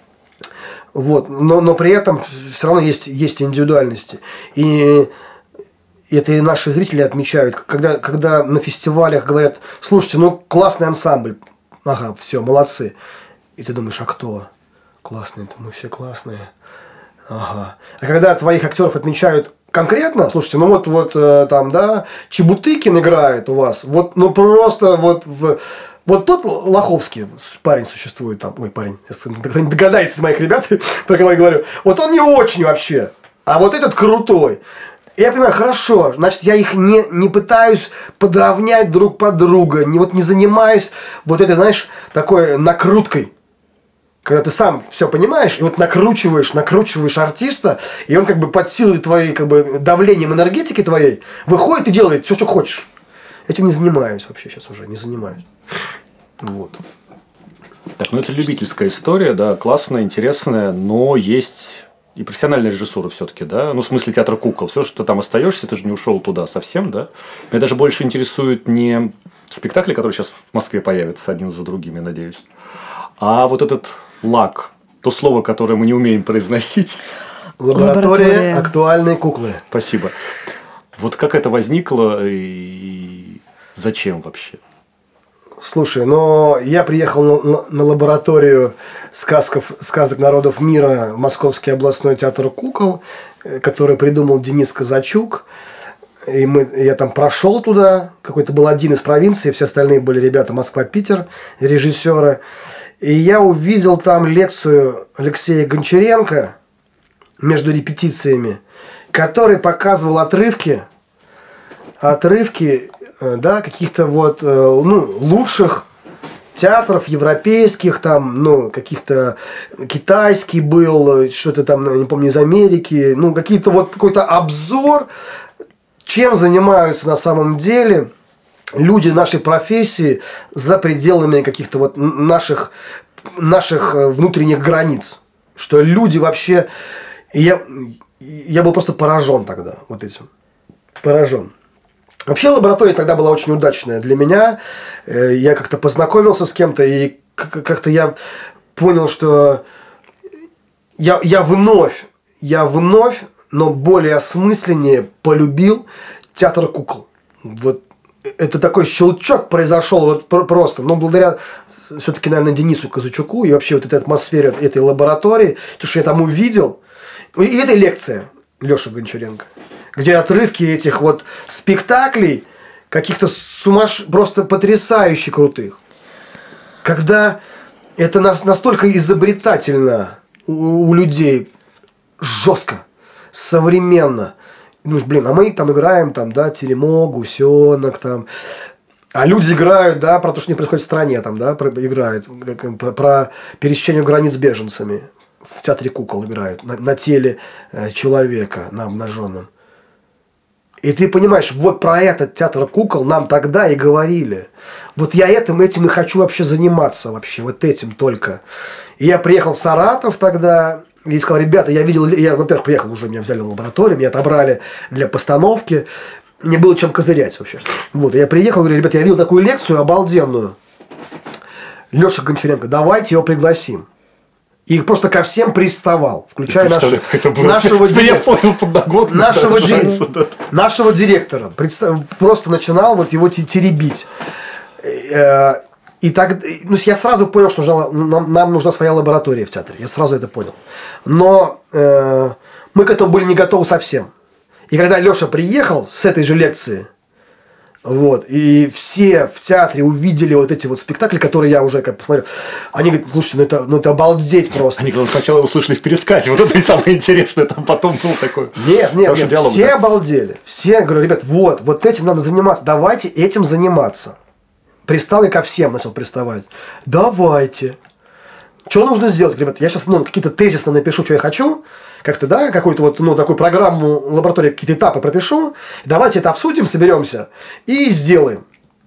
Speaker 1: Вот, но, но при этом все равно есть, есть индивидуальности. И это и наши зрители отмечают, когда, когда на фестивалях говорят, слушайте, ну классный ансамбль, ага, все, молодцы. И ты думаешь, а кто? Классные, мы все классные. Ага. А когда твоих актеров отмечают конкретно, слушайте, ну вот, вот там, да, Чебутыкин играет у вас, вот, ну просто вот в... Вот тот Лоховский парень существует там, ой, парень, кто-нибудь догадается из моих ребят, про кого я говорю, вот он не очень вообще, а вот этот крутой. И я понимаю, хорошо, значит, я их не, не пытаюсь подровнять друг под друга, не, вот не занимаюсь вот этой, знаешь, такой накруткой. Когда ты сам все понимаешь, и вот накручиваешь, накручиваешь артиста, и он как бы под силой твоей, как бы, давлением энергетики твоей выходит и делает все, что хочешь. Этим не занимаюсь вообще сейчас уже, не занимаюсь. Вот.
Speaker 3: Так, ну это любительская история, да, классная, интересная, но есть и профессиональная режиссура все-таки, да, ну в смысле театр кукол, все, что ты там остаешься, ты же не ушел туда совсем, да. Меня даже больше интересуют не спектакли, которые сейчас в Москве появятся один за другим, я надеюсь, а вот этот лак, то слово, которое мы не умеем произносить.
Speaker 1: Лаборатория,
Speaker 2: Лаборатория.
Speaker 1: актуальные куклы.
Speaker 3: Спасибо. Вот как это возникло и зачем вообще?
Speaker 1: Слушай, но я приехал на, на, на лабораторию сказков, сказок народов мира в Московский областной театр кукол, который придумал Денис Казачук. И мы, я там прошел туда, какой-то был один из провинций, все остальные были ребята Москва-Питер, режиссеры. И я увидел там лекцию Алексея Гончаренко между репетициями, который показывал отрывки, отрывки, да, каких-то вот, ну, лучших театров европейских, там, ну, каких-то китайский был, что-то там, не помню, из Америки, ну, какие-то вот какой-то обзор, чем занимаются на самом деле люди нашей профессии за пределами каких-то вот наших, наших внутренних границ. Что люди вообще... Я, я был просто поражен тогда вот этим. Поражен. Вообще лаборатория тогда была очень удачная для меня. Я как-то познакомился с кем-то, и как-то я понял, что я, я вновь, я вновь, но более осмысленнее полюбил театр кукол. Вот это такой щелчок произошел вот просто, но благодаря все-таки, наверное, Денису Казачуку и вообще вот этой атмосфере этой лаборатории, то, что я там увидел, и эта лекция Лёши Гончаренко, где отрывки этих вот спектаклей каких-то сумаш... просто потрясающе крутых. Когда это настолько изобретательно у, у людей, жестко, современно. Ну, блин, а мы там играем, там, да, Теремок, Гусенок, там. А люди играют, да, про то, что не происходит в стране, там, да, про, играют, про, про пересечение границ с беженцами. В театре кукол играют, на, на теле э, человека, на обнаженном. И ты понимаешь, вот про этот театр кукол нам тогда и говорили. Вот я этим, этим и хочу вообще заниматься, вообще, вот этим только. И я приехал в Саратов тогда... И сказал, ребята, я видел, я, во-первых, приехал уже, меня взяли в лабораторию, меня отобрали для постановки, не было чем козырять вообще. Вот, я приехал, говорю, ребята, я видел такую лекцию обалденную. Лёша Гончаренко, давайте его пригласим. И просто ко всем приставал, включая наш, нашего, директора, нашего, ди, нашего директора. Представ, просто начинал вот его теребить. И так, ну, я сразу понял, что нам, нам нужна своя лаборатория в театре. Я сразу это понял. Но э, мы к этому были не готовы совсем. И когда Леша приехал с этой же лекции, вот, и все в театре увидели вот эти вот спектакли, которые я уже как посмотрел, они говорят, слушайте, ну это, ну это обалдеть просто.
Speaker 3: Они сначала услышали в пересказе, вот это и самое интересное, там потом был такой.
Speaker 1: Нет, нет, нет диалог, все да? обалдели. Все, я говорю, ребят, вот, вот этим надо заниматься, давайте этим заниматься. Пристал я ко всем, начал приставать. Давайте. Что нужно сделать, ребята? Я сейчас ну, какие-то тезисы напишу, что я хочу. Как-то, да, какую-то вот, ну, такую программу лаборатории, какие-то этапы пропишу. Давайте это обсудим, соберемся и сделаем.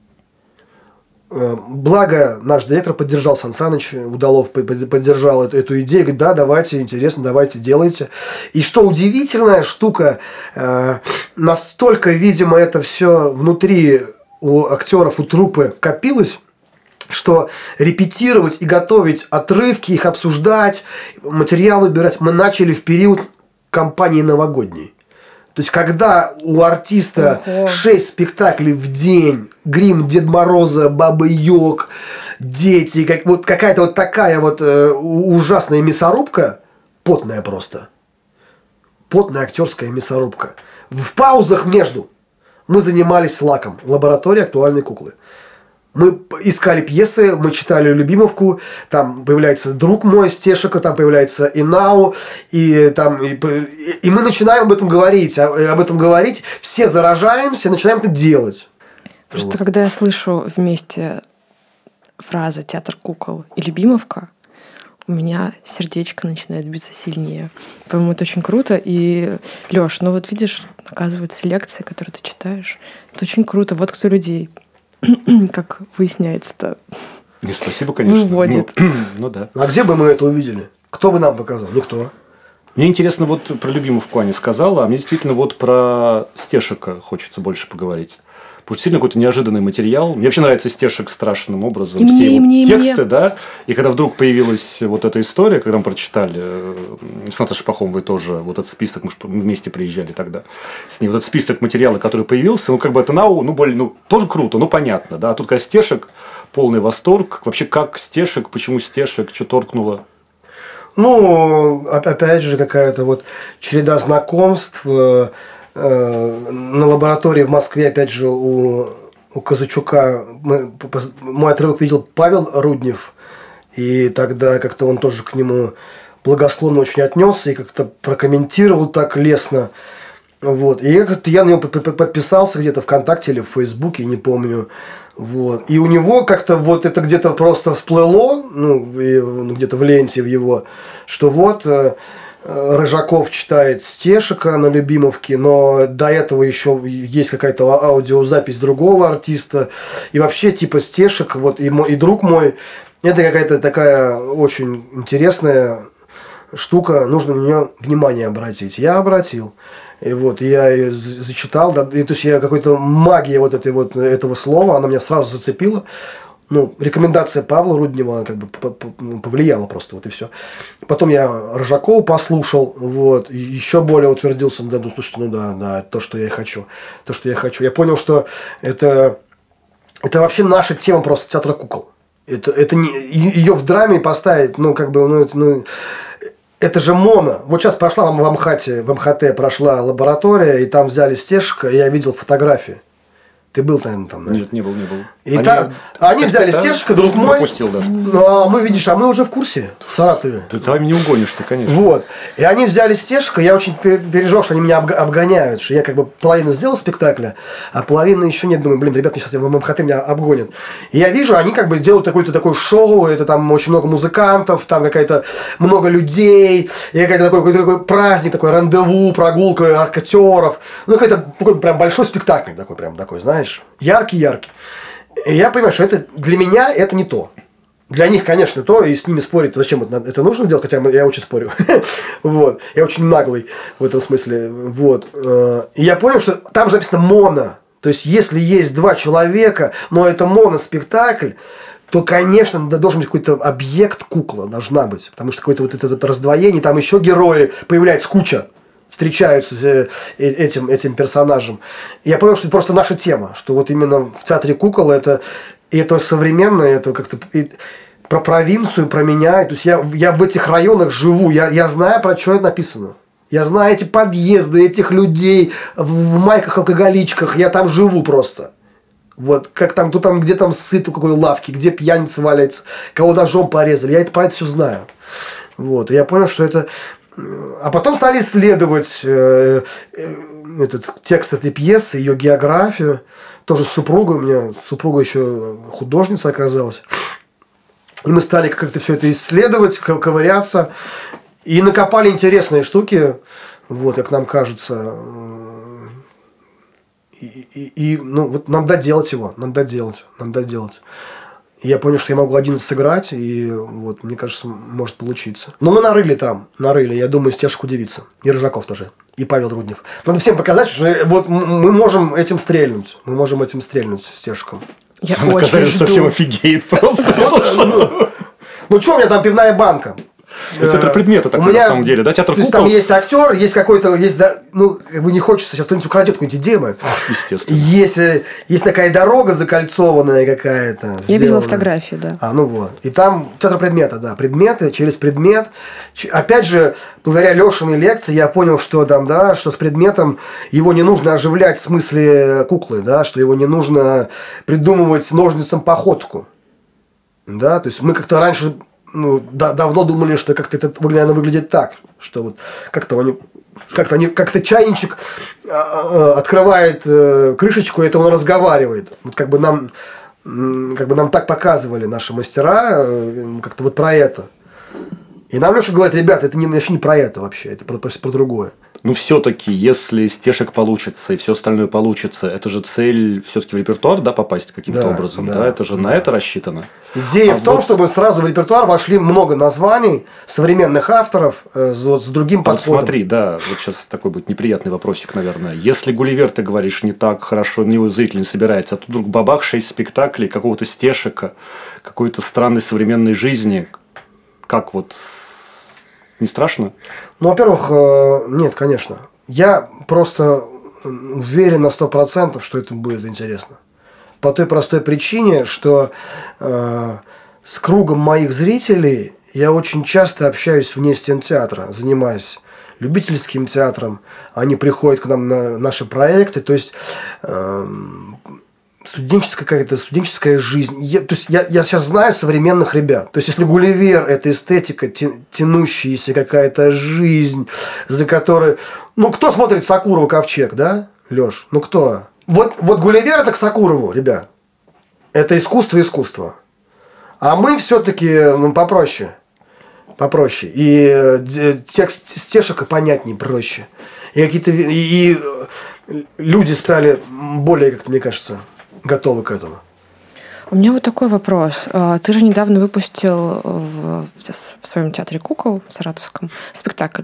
Speaker 1: Благо, наш директор поддержал, Сан Саныч Удалов поддержал эту, эту идею. Говорит, да, давайте, интересно, давайте, делайте. И что удивительная штука, настолько, видимо, это все внутри... у актеров, у труппы копилось, что репетировать и готовить отрывки, их обсуждать, материал выбирать мы начали в период кампании новогодней. То есть, когда у артиста Ого. шесть спектаклей в день, грим Дед Мороза, Бабы Йог, дети, как, вот какая-то вот такая вот э, ужасная мясорубка, потная просто. Потная актерская мясорубка. В паузах между мы занимались лаком. Лаборатория актуальной куклы. Мы искали пьесы, мы читали «Любимовку», там появляется друг мой Стешика, там появляется Инау, и, там, и, и мы начинаем об этом говорить, об этом говорить, все заражаемся, начинаем это делать.
Speaker 4: Просто вот. Когда я слышу вместе фразы «театр кукол» и «Любимовка», у меня сердечко начинает биться сильнее. По-моему, это очень круто. И, Лёш, ну вот видишь, оказывается, лекции, которые ты читаешь, это очень круто. Вот кто людей, как выясняется-то,
Speaker 3: не, спасибо, конечно.
Speaker 4: Выводит.
Speaker 3: Ну, ну да.
Speaker 1: А где бы мы это увидели? Кто бы нам показал? Никто.
Speaker 3: Мне интересно, вот про «Любимовку» Аня сказала, а мне действительно вот про Стешика хочется больше поговорить. Потому что сильно какой-то неожиданный материал. Мне вообще нравится Стешик страшным образом.
Speaker 4: И
Speaker 3: все
Speaker 4: мне,
Speaker 3: его
Speaker 4: и мне,
Speaker 3: тексты,
Speaker 4: и мне.
Speaker 3: да. И когда вдруг появилась вот эта история, когда мы прочитали с Наташей Пахомовой тоже вот этот список, мы вместе приезжали тогда с ней, вот этот список материала, который появился, ну, как бы это нау, ну, более, ну, тоже круто, ну, понятно, да. А тут когда Стешик, полный восторг. Вообще, как Стешик, почему Стешик, что торкнуло?
Speaker 1: Ну, опять же, какая-то вот череда знакомств. На лаборатории в Москве, опять же, у, у Казачука мы, мой отрывок видел Павел Руднев, и тогда как-то он тоже к нему благосклонно очень отнесся и как-то прокомментировал так лестно. Вот. И как-то я на него подписался где-то ВКонтакте или в Фейсбуке, не помню. Вот. И у него как-то вот это где-то просто всплыло, ну, где-то в ленте в его, что вот Рыжаков читает Стешика на Любимовке, но до этого еще есть какая-то аудиозапись другого артиста. И вообще, типа, Стешик, вот и, мой, и друг мой, это какая-то такая очень интересная штука, нужно на нее внимание обратить. Я обратил. И вот я ее зачитал, да, и то есть я какой-то магия вот этой вот этого слова, она меня сразу зацепила. Ну, рекомендация Павла Руднева как бы повлияла просто, вот и все. Потом я Рыжакова послушал, вот, и еще более утвердился, да, ну, слушайте, ну да, да, то, что я и хочу, то, что я хочу. Я понял, что это, это вообще наша тема просто театра кукол. Это, это не, ее в драме поставить, ну, как бы, ну, это, ну, это же моно. Вот сейчас прошла в Амхате, в МХТ прошла лаборатория, и там взяли Стешика, и я видел фотографии. Ты был, наверное, там, да?
Speaker 3: Нет, не был, не был.
Speaker 1: И они, там, они взяли Стешика, друг мой. Пропустил даже. Ну, а мы, видишь, а мы уже в курсе в Саратове.
Speaker 3: Ты с вами не угонишься, конечно.
Speaker 1: Вот. И они взяли Стешика, я очень переживал, что они меня обгоняют, что я как бы половину сделал спектакля, а половины еще нет. Думаю, блин, ребят, сейчас в МХТ меня обгонят. И я вижу, они как бы делают какое-то такое шоу, это там очень много музыкантов, там какая-то много людей, и какой-то такой, какой-то такой праздник, такой рандеву, прогулка актеров. Ну, какой-то такой прям большой спектакль такой, прям такой, знаешь. Яркий-яркий. И я понимаю, что это для меня это не то. Для них, конечно, то, и с ними спорить, зачем это, это нужно делать, хотя я очень спорю. Вот. Я очень наглый в этом смысле. Вот. И я понял, что там же написано «моно». То есть, если есть два человека, но это моноспектакль, то, конечно, должен быть какой-то объект, кукла должна быть. Потому что какое-то вот это, это раздвоение, там еще герои, появляется куча. Встречаются этим, этим персонажем. И я понял, что это просто наша тема, что вот именно в театре кукол это, это современное, это как-то про провинцию, про меня. То есть я, я в этих районах живу, я, я знаю, про что это написано. Я знаю эти подъезды, этих людей в майках-алкоголичках, я там живу просто. Вот, как там, кто там, где там сыт в какой лавке, где пьяница валяется, кого ножом порезали, я это про это все знаю. Вот, и я понял, что это... А потом стали исследовать э, э, этот текст этой пьесы, ее географию. Тоже с супругой, у меня супруга еще художница оказалась. И мы стали как-то все это исследовать, ковыряться. И накопали интересные штуки, вот, как нам кажется. И, и, и ну, вот нам доделать его, нам доделать, нам доделать. И я понял, что я могу один сыграть, и вот, мне кажется, может получиться. Но мы нарыли там, нарыли, я думаю, Стешек удивится. И Рыжаков тоже, и Павел Руднев. Надо всем показать, что вот мы можем этим стрельнуть. Мы можем этим стрельнуть с Стешиком.
Speaker 4: Я очень жду.
Speaker 3: Совсем офигеет просто.
Speaker 1: Ну, что у меня там пивная банка?
Speaker 3: Это театр предмета такой, на самом деле, да, театр кукол.
Speaker 1: Там есть актер, есть какой-то, есть, да, ну, как бы не хочется, сейчас кто-нибудь украдет какую-нибудь идею.
Speaker 3: Естественно.
Speaker 1: Есть, есть такая дорога закольцованная какая-то.
Speaker 4: Я
Speaker 1: сделанная.
Speaker 4: видела фотографии, да.
Speaker 1: А, ну вот. И там театр предмета, да, предметы, через предмет. Опять же, благодаря Лешиной лекции я понял, что там, да, что с предметом его не нужно оживлять в смысле куклы, да, что его не нужно придумывать ножницам походку. Да, то есть мы как-то раньше ну, да, давно думали, что как-то это наверное, выглядит так, что вот как-то они, как-то они, как-то чайничек открывает крышечку, и это он разговаривает. Вот как бы нам, как бы нам так показывали наши мастера, как-то вот про это. И нам Леша говорит, ребята, это не, вообще не про это вообще, это про, про, про другое.
Speaker 3: Ну, все-таки, если стешек получится и все остальное получится, это же цель все-таки в репертуар, да, попасть каким-то
Speaker 1: да,
Speaker 3: образом.
Speaker 1: Да,
Speaker 3: да, это же
Speaker 1: да.
Speaker 3: на это рассчитано.
Speaker 1: Идея
Speaker 3: а
Speaker 1: в том,
Speaker 3: вот...
Speaker 1: чтобы сразу в репертуар вошли много названий современных авторов э, с, вот, с другим
Speaker 3: а
Speaker 1: подходом.
Speaker 3: Вот смотри, да, вот сейчас такой будет неприятный вопросик, наверное. Если Гулливер, ты говоришь, не так хорошо, на него зритель не собирается, а тут вдруг бабах, шесть спектаклей, какого-то стешека, какой-то странной современной жизни, как вот... Не страшно?
Speaker 1: Ну, во-первых, нет, конечно. Я просто уверен на сто процентов, что это будет интересно. По той простой причине, что э, с кругом моих зрителей я очень часто общаюсь вне стен театра, занимаюсь любительским театром. Они приходят к нам на наши проекты. То есть... Э, студенческая какая-то студенческая жизнь. Я, то есть я, я сейчас знаю современных ребят. То есть если Гулливер – это эстетика, тянущаяся какая-то жизнь, за которой... Ну, кто смотрит Сакурова «Ковчег», да, Лёш? Ну, кто? Вот, вот Гулливер – это к Сакурову, ребят. Это искусство искусство. А мы все-таки ну, попроще. Попроще. И текст стешек понятнее, проще. И какие-то... И, и люди стали более, как-то, мне кажется... готовы к этому.
Speaker 4: У меня вот такой вопрос. Ты же недавно выпустил в, в своем театре кукол в Саратовском спектакль.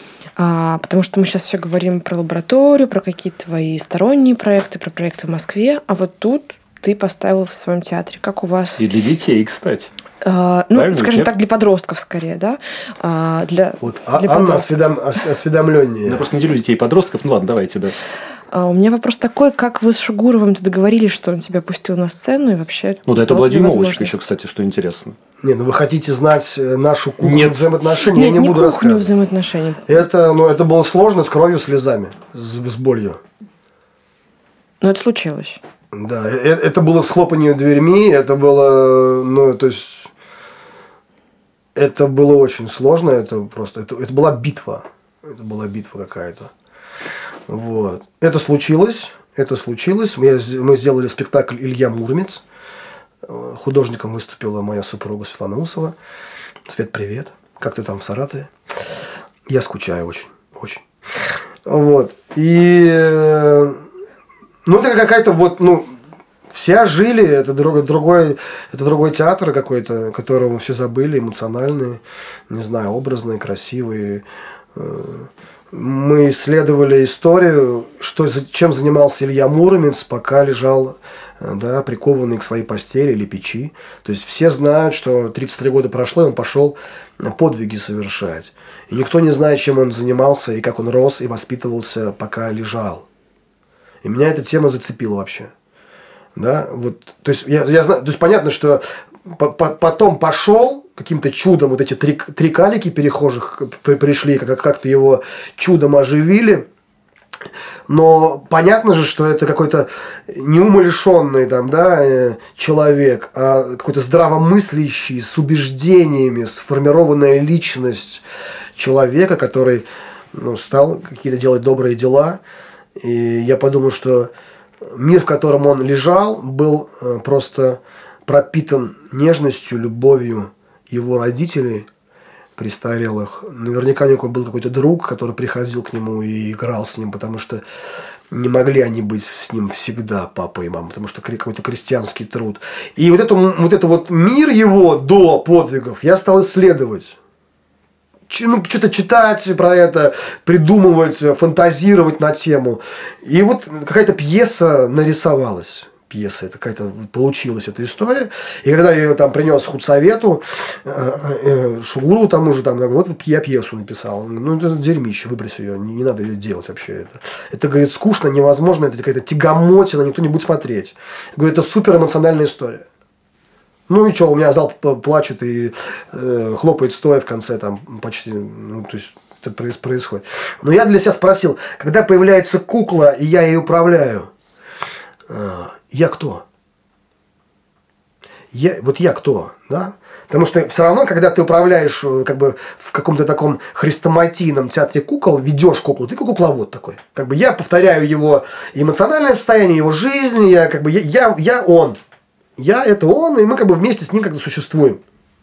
Speaker 4: Потому что мы сейчас все говорим про лабораторию, про какие-то твои сторонние проекты, про проекты в Москве. А вот тут ты поставил в своем театре. Как у вас...
Speaker 3: И для детей, кстати.
Speaker 4: Uh, ну, скажем нет? так, для подростков скорее, да? Uh, для,
Speaker 1: вот
Speaker 4: для
Speaker 1: Анна осведом... осведомленнее.
Speaker 3: Я просто не делю детей и подростков. Ну ладно, давайте, да.
Speaker 4: Uh, у меня вопрос такой, как вы с Шугуровым-то договорились, что он тебя пустил на сцену и вообще...
Speaker 3: Ну да, это была дюймовочка еще, кстати, что интересно.
Speaker 1: Не, ну вы хотите знать нашу кухню
Speaker 3: Нет.
Speaker 1: взаимоотношений?
Speaker 4: Нет,
Speaker 1: я не,
Speaker 4: не
Speaker 1: буду
Speaker 4: кухню
Speaker 1: рассказывать.
Speaker 4: взаимоотношений.
Speaker 1: Это, ну, это было сложно, с кровью, слезами, с, с болью.
Speaker 4: Но это случилось.
Speaker 1: Да, это, это было с хлопанью дверьми, это было, ну, то есть... Это было очень сложно, это просто, это, это была битва, это была битва какая-то, вот. Это случилось, это случилось, мы, мы сделали спектакль «Илья Муромец», художником выступила моя супруга Светлана Усова. Свет, привет, как ты там в Саратове? Я скучаю очень, очень, вот, и, ну, это какая-то вот, ну, все жили, это другой, другой, это другой театр какой-то, которого мы все забыли, эмоциональный, не знаю, образный, красивый. Мы исследовали историю, что, чем занимался Илья Муромец, пока лежал, да, прикованный к своей постели или печи. То есть все знают, что тридцать три года прошло, и он пошел подвиги совершать. И никто не знает, чем он занимался, и как он рос и воспитывался, пока лежал. И меня эта тема зацепила вообще. Да, вот, то есть я, я знаю, то есть понятно, что по, по, потом пошел каким-то чудом вот эти три, три калики перехожих при, пришли, как, как-то его чудом оживили, но понятно же, что это какой-то неумалишенный там, да, человек, а какой-то здравомыслящий, с убеждениями, сформированная личность человека, который, ну, стал какие-то делать добрые дела, и я подумал, что мир, в котором он лежал, был просто пропитан нежностью, любовью его родителей престарелых. Наверняка у него был какой-то друг, который приходил к нему и играл с ним, потому что не могли они быть с ним всегда, папа и мама, потому что какой-то крестьянский труд. И вот, эту, вот этот вот мир его до подвигов я стал исследовать. Ну, что-то читать про это, придумывать, фантазировать на тему. И вот какая-то пьеса нарисовалась. пьесы. Это какая-то получилась эта история. И когда я ее там принес худсовету, Шугурову тому же, там, вот я пьесу написал. Ну, это дерьмище, выбрось ее, не, не надо ее делать вообще. Это, это, говорит, скучно, невозможно, это какая-то тягомотина, никто не будет смотреть. Я говорю, это супер эмоциональная история. Ну и что, у меня зал плачет и э, хлопает стоя в конце, там почти, ну, то есть это происходит. Но я для себя спросил, когда появляется кукла, и я ей управляю, э, я кто? Я, вот я кто, да? Потому что все равно, когда ты управляешь как бы в каком-то таком хрестоматийном театре кукол, ведешь куклу, ты как кукловод такой. Как бы я повторяю его эмоциональное состояние, его жизнь, я как бы я, я, я он. Я – это он, и мы как бы вместе с ним как-то существуем.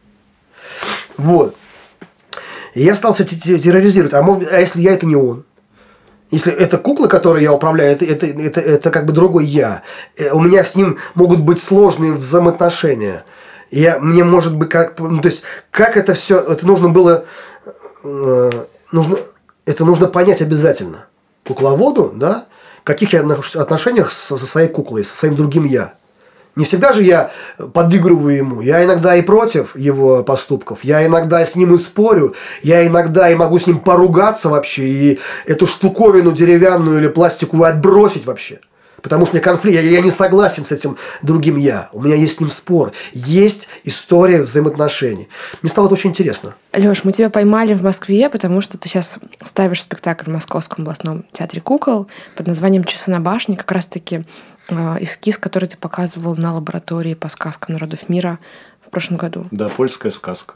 Speaker 1: Вот. И я стал себя терроризировать. А может быть, а если я – это не он? Если это кукла, которой я управляю, это, это, это, это как бы другой я. У меня с ним могут быть сложные взаимоотношения. Я, мне может быть как… Ну, то есть, как это все… Это нужно было… Э, нужно, это нужно понять обязательно. Кукловоду, да? В каких я отношениях со, со своей куклой, со своим другим я. Не всегда же я подыгрываю ему. Я иногда и против его поступков. Я иногда с ним и спорю. Я иногда и могу с ним поругаться вообще. И эту штуковину деревянную или пластиковую отбросить вообще. Потому что у меня конфликт. Я, я не согласен с этим другим я. У меня есть с ним спор. Есть история взаимоотношений. Мне стало это очень интересно.
Speaker 4: Лёш, мы тебя поймали в Москве, потому что ты сейчас ставишь спектакль в Московском областном театре кукол под названием «Часы на башне». Как раз-таки эскиз, который ты показывал на лаборатории по сказкам народов мира в прошлом году.
Speaker 3: Да, польская сказка.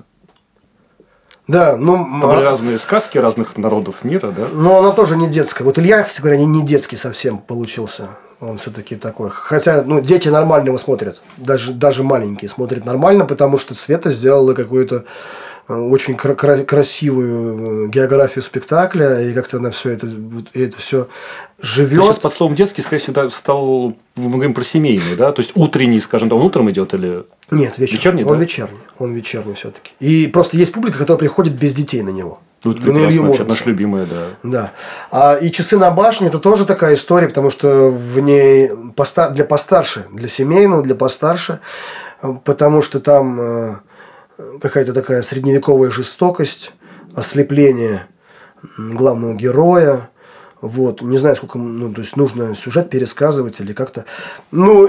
Speaker 1: Да, ну...
Speaker 3: Там были разные сказки разных народов мира, да?
Speaker 1: Но она тоже не детская. Вот Илья, кстати говоря, не, не детский совсем получился. Он все-таки такой. Хотя, ну, дети нормально его смотрят. Даже, даже маленькие смотрят нормально, потому что Света сделала какую-то очень кра- красивую географию спектакля, и как-то она все это, это все живет.
Speaker 3: Сейчас под словом детский, скорее всего, стал, мы говорим про семейный, да? То есть утренний, скажем, он утром идет или…
Speaker 1: Нет, вечерний.
Speaker 3: Вечерний,
Speaker 1: он
Speaker 3: да?
Speaker 1: вечерний. Он вечерний все-таки. И просто есть публика, которая приходит без детей на него.
Speaker 3: Ну, это прекрасно, вообще, наша любимая, да.
Speaker 1: Да. А, и «Часы на башне» – это тоже такая история, потому что в ней поста- для постарше, для семейного, для постарше, потому что там какая-то такая средневековая жестокость, ослепление главного героя. Вот. Не знаю, сколько, ну, то есть нужно сюжет пересказывать или как-то. Ну,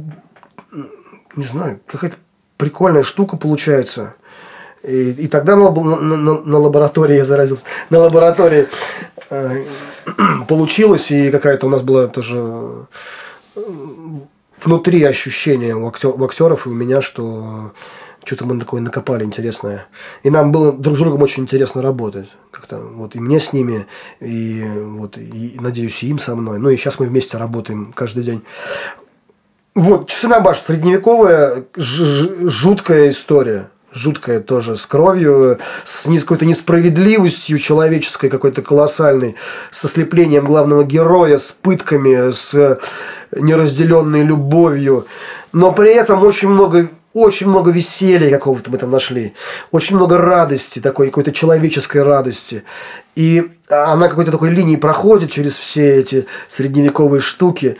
Speaker 1: не знаю, какая-то прикольная штука получается. И, и тогда на, на, на, на лаборатории я заразился. На лаборатории э, получилось, и какая-то у нас была тоже внутри ощущение у, актер, у актеров и у меня, что что-то мы такое накопали интересное. И нам было друг с другом очень интересно работать. Как-то, вот, и мне с ними, и, вот, и, надеюсь, и им со мной. Ну, и сейчас мы вместе работаем каждый день. Вот, «Часы на башне» – средневековая ж- жуткая история. Жуткая тоже, с кровью, с какой-то несправедливостью человеческой, какой-то колоссальной, с ослеплением главного героя, с пытками, с неразделенной любовью. Но при этом очень много, очень много веселья какого-то мы там нашли. Очень много радости, такой какой-то человеческой радости. И она какой-то такой линией проходит через все эти средневековые штуки.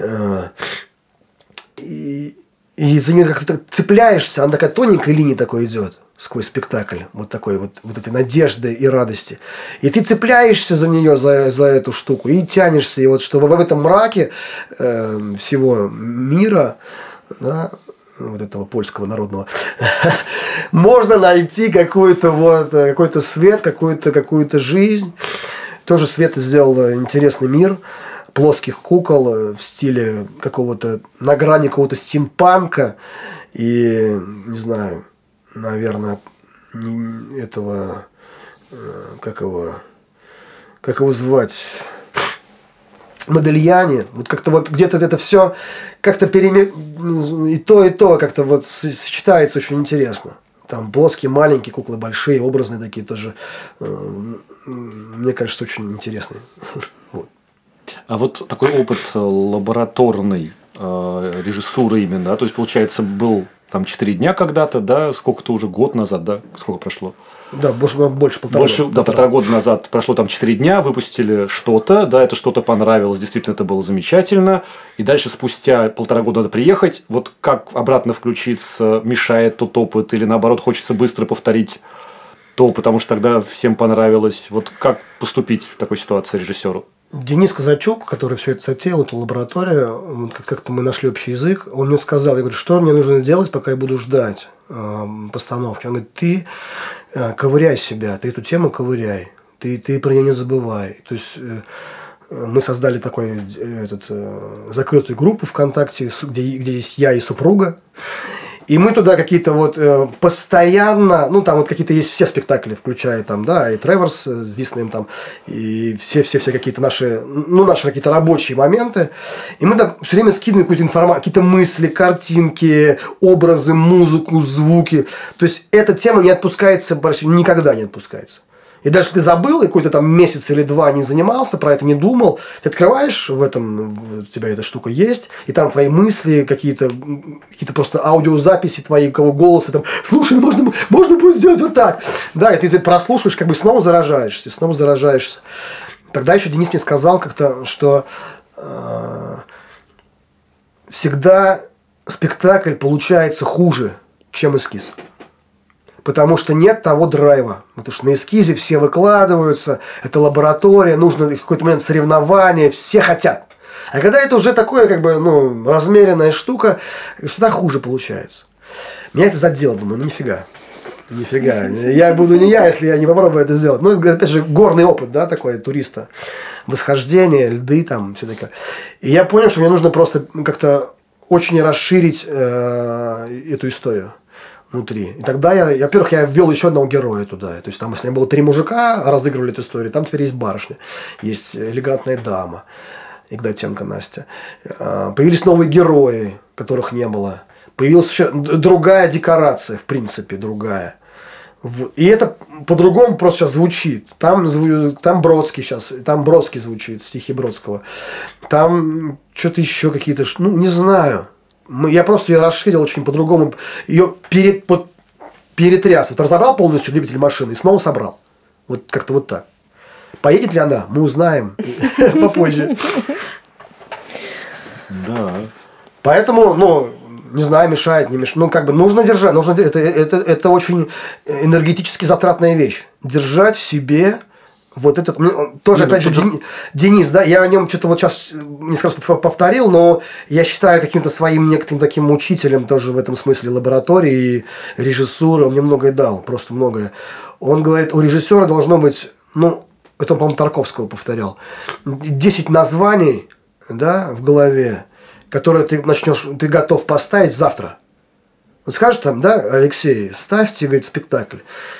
Speaker 1: И... И за нее как-то цепляешься, она такая тоненькая линия такой идет сквозь спектакль, вот такой вот, вот этой надежды и радости. И ты цепляешься за нее, за, за эту штуку, и тянешься. И вот что в этом мраке э, всего мира, да, вот этого польского народного, можно найти какой-то вот, какой-то свет, какую-то, какую-то жизнь. Тоже Света сделала интересный мир плоских кукол в стиле какого-то, на грани какого-то стимпанка и, не знаю, наверное, этого, как его, как его звать, Модельяне, вот как-то вот где-то это все как-то переме... и то, и то как-то вот сочетается очень интересно. Там плоские, маленькие, куклы большие, образные такие тоже, мне кажется, очень интересные. Вот.
Speaker 3: А вот такой опыт лабораторной э, режиссуры именно, да? То есть, получается, был там четыре дня когда-то, да, сколько-то уже год назад, да, сколько прошло?
Speaker 1: Да, больше, больше полтора
Speaker 3: Больше,
Speaker 1: года.
Speaker 3: Да, полтора года назад прошло там четыре дня, выпустили что-то, да, это что-то понравилось, действительно это было замечательно. И дальше спустя полтора года надо приехать. Вот как обратно включиться, мешает тот опыт, или наоборот хочется быстро повторить то, потому что тогда всем понравилось. Вот как поступить в такой ситуации режиссеру?
Speaker 1: Денис Казачук, который все это затеял, эту лабораторию, как-то мы нашли общий язык, он мне сказал, я говорю, что мне нужно сделать, пока я буду ждать э, постановки. Он говорит, ты э, ковыряй себя, ты эту тему ковыряй, ты, ты про нее не забывай. То есть, э, мы создали такую э, этот, э, закрытую группу ВКонтакте, где, где есть я и супруга. И мы туда какие-то вот э, постоянно, ну, там вот какие-то есть все спектакли, включая там, да, и Треворс с Диснеем там, и все-все-все какие-то наши, ну, наши какие-то рабочие моменты. И мы там все время скидываем какую-то информацию, какие-то мысли, картинки, образы, музыку, звуки. То есть, эта тема не отпускается, никогда не отпускается. И даже если ты забыл, и какой-то там месяц или два не занимался, про это не думал, ты открываешь, в этом у тебя эта штука есть, и там твои мысли, какие-то, какие-то просто аудиозаписи твои, кого голоса, там, слушай, ну можно, можно будет сделать вот так. Да, и ты это прослушаешь, как бы снова заражаешься, снова заражаешься. Тогда еще Денис мне сказал как-то, что э, всегда спектакль получается хуже, чем эскиз. Потому что нет того драйва. Потому что на эскизе все выкладываются, это лаборатория, нужно в какой-то момент соревнования, все хотят. А когда это уже такое, как бы, ну, размеренная штука, всегда хуже получается. Меня это задело, думаю, ну нифига. Нифига. Я буду не я, если я не попробую это сделать. Ну, это, опять же, горный опыт, да, такой, туриста. Восхождение, льды там, все такое. И я понял, что мне нужно просто как-то очень расширить э, эту историю внутри. И тогда я, во-первых, я ввел еще одного героя туда. То есть, там, если было три мужика, разыгрывали эту историю, там теперь есть барышня, есть элегантная дама, Игнатенко Настя. Появились новые герои, которых не было. Появилась еще другая декорация, в принципе, другая. И это по-другому просто сейчас звучит. Там, там Бродский сейчас, там Бродский звучит, стихи Бродского. Там что-то еще какие-то, ну, не знаю. Я просто ее расширил очень по-другому. Ее пере, под, перетряс. Вот разобрал полностью двигатель машины и снова собрал. Вот как-то вот так. Поедет ли она, мы узнаем попозже.
Speaker 3: Да.
Speaker 1: Поэтому, ну, не знаю, мешает, не мешает. Ну, как бы нужно держать. Нужно, это, это, это очень энергетически затратная вещь. Держать в себе вот этот... Тоже, Нет, опять же, Денис, Денис, да, я о нем что-то вот сейчас несколько раз повторил, но я считаю каким-то своим некоторым таким учителем тоже в этом смысле лаборатории, режиссуры. Он мне многое дал, просто многое. Он говорит, у режиссера должно быть, ну, это он, по-моему, Тарковского повторял, десять названий, да, в голове, которые ты начнешь, ты готов поставить завтра. Вот скажешь там, да, Алексей, ставьте, говорит, спектакль.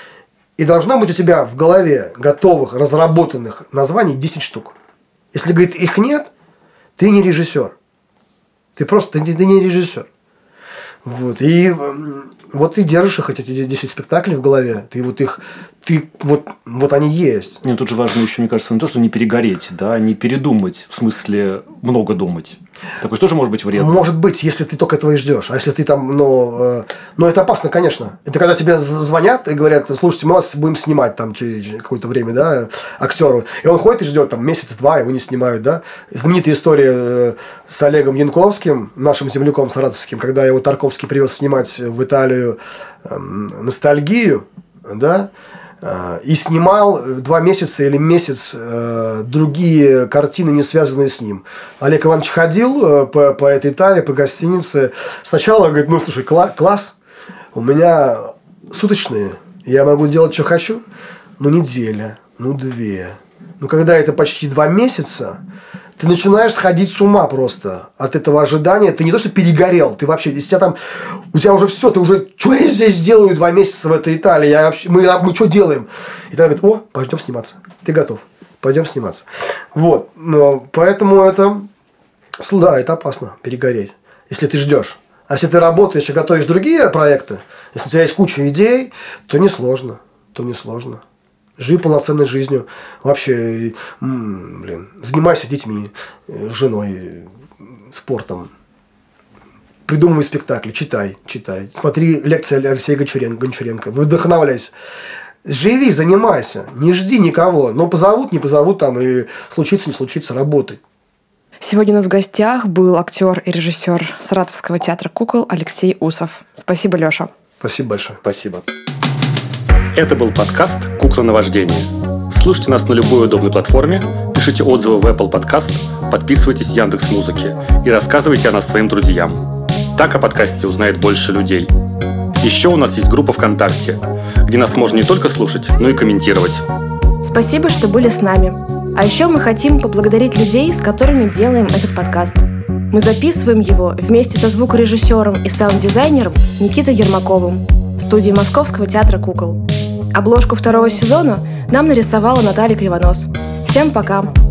Speaker 1: И должно быть у тебя в голове готовых, разработанных названий десять штук. Если, говорит, их нет, ты не режиссер. Ты просто ты, ты не режиссер. Вот. И вот ты держишь их, эти десять спектаклей в голове. Ты вот их, ты, вот, вот они есть.
Speaker 3: Нет, тут же важно еще, мне кажется, не то, что не перегореть, да, не передумать, в смысле много думать. Такое тоже может быть вредно.
Speaker 1: Может быть, если ты только этого и ждешь. А если ты там, ну, э, ну, это опасно, конечно. Это когда тебе звонят и говорят, слушайте, мы вас будем снимать там через какое-то время, да, актеру. И он ходит и ждет там месяц-два, его не снимают, да. Знаменитая история э, с Олегом Янковским, нашим земляком саратовским, когда его Тарковский привез снимать в Италию э, «Ностальгию», да, и снимал два месяца или месяц э, другие картины, не связанные с ним. Олег Иванович ходил э, по, по этой Италии, по гостинице. Сначала говорит, ну, слушай, кла- класс, у меня суточные, я могу делать, что хочу. Ну, неделя, ну, две. Ну, когда это почти два месяца, ты начинаешь сходить с ума просто от этого ожидания. Ты не то, что перегорел, ты вообще, если тебя там, у тебя уже все, ты уже, что я здесь делаю два месяца в этой Италии, я вообще, мы, мы что делаем? И тогда говорит, о, пойдем сниматься, ты готов, пойдем сниматься. Вот, но, поэтому это, да, это опасно, перегореть, если ты ждешь. А если ты работаешь и готовишь другие проекты, если у тебя есть куча идей, то несложно, то несложно. Живи полноценной жизнью. Вообще, м- блин, занимайся детьми, женой, спортом. придумывай спектакли, читай, читай. Смотри лекции Алексея Гончаренко, Гончаренко, вдохновляйся. Живи, занимайся, не жди никого. Но позовут, не позовут, там и случится, не случится, работай.
Speaker 4: Сегодня у нас в гостях был актер и режиссер Саратовского театра кукол Алексей Усов. Спасибо, Леша.
Speaker 1: Спасибо большое.
Speaker 3: Спасибо. Это был подкаст «Кукла наваждения». Слушайте нас на любой удобной платформе, пишите отзывы в Apple Podcast, подписывайтесь в Яндекс.Музыке и рассказывайте о нас своим друзьям. Так о подкасте узнает больше людей. Еще у нас есть группа ВКонтакте, где нас можно не только слушать, но и комментировать.
Speaker 2: Спасибо, что были с нами. А еще мы хотим поблагодарить людей, с которыми делаем этот подкаст. Мы записываем его вместе со звукорежиссером и саунд-дизайнером Никитой Ермаковым в студии Московского театра кукол. Обложку второго сезона нам нарисовала Наталья Кривонос. Всем пока!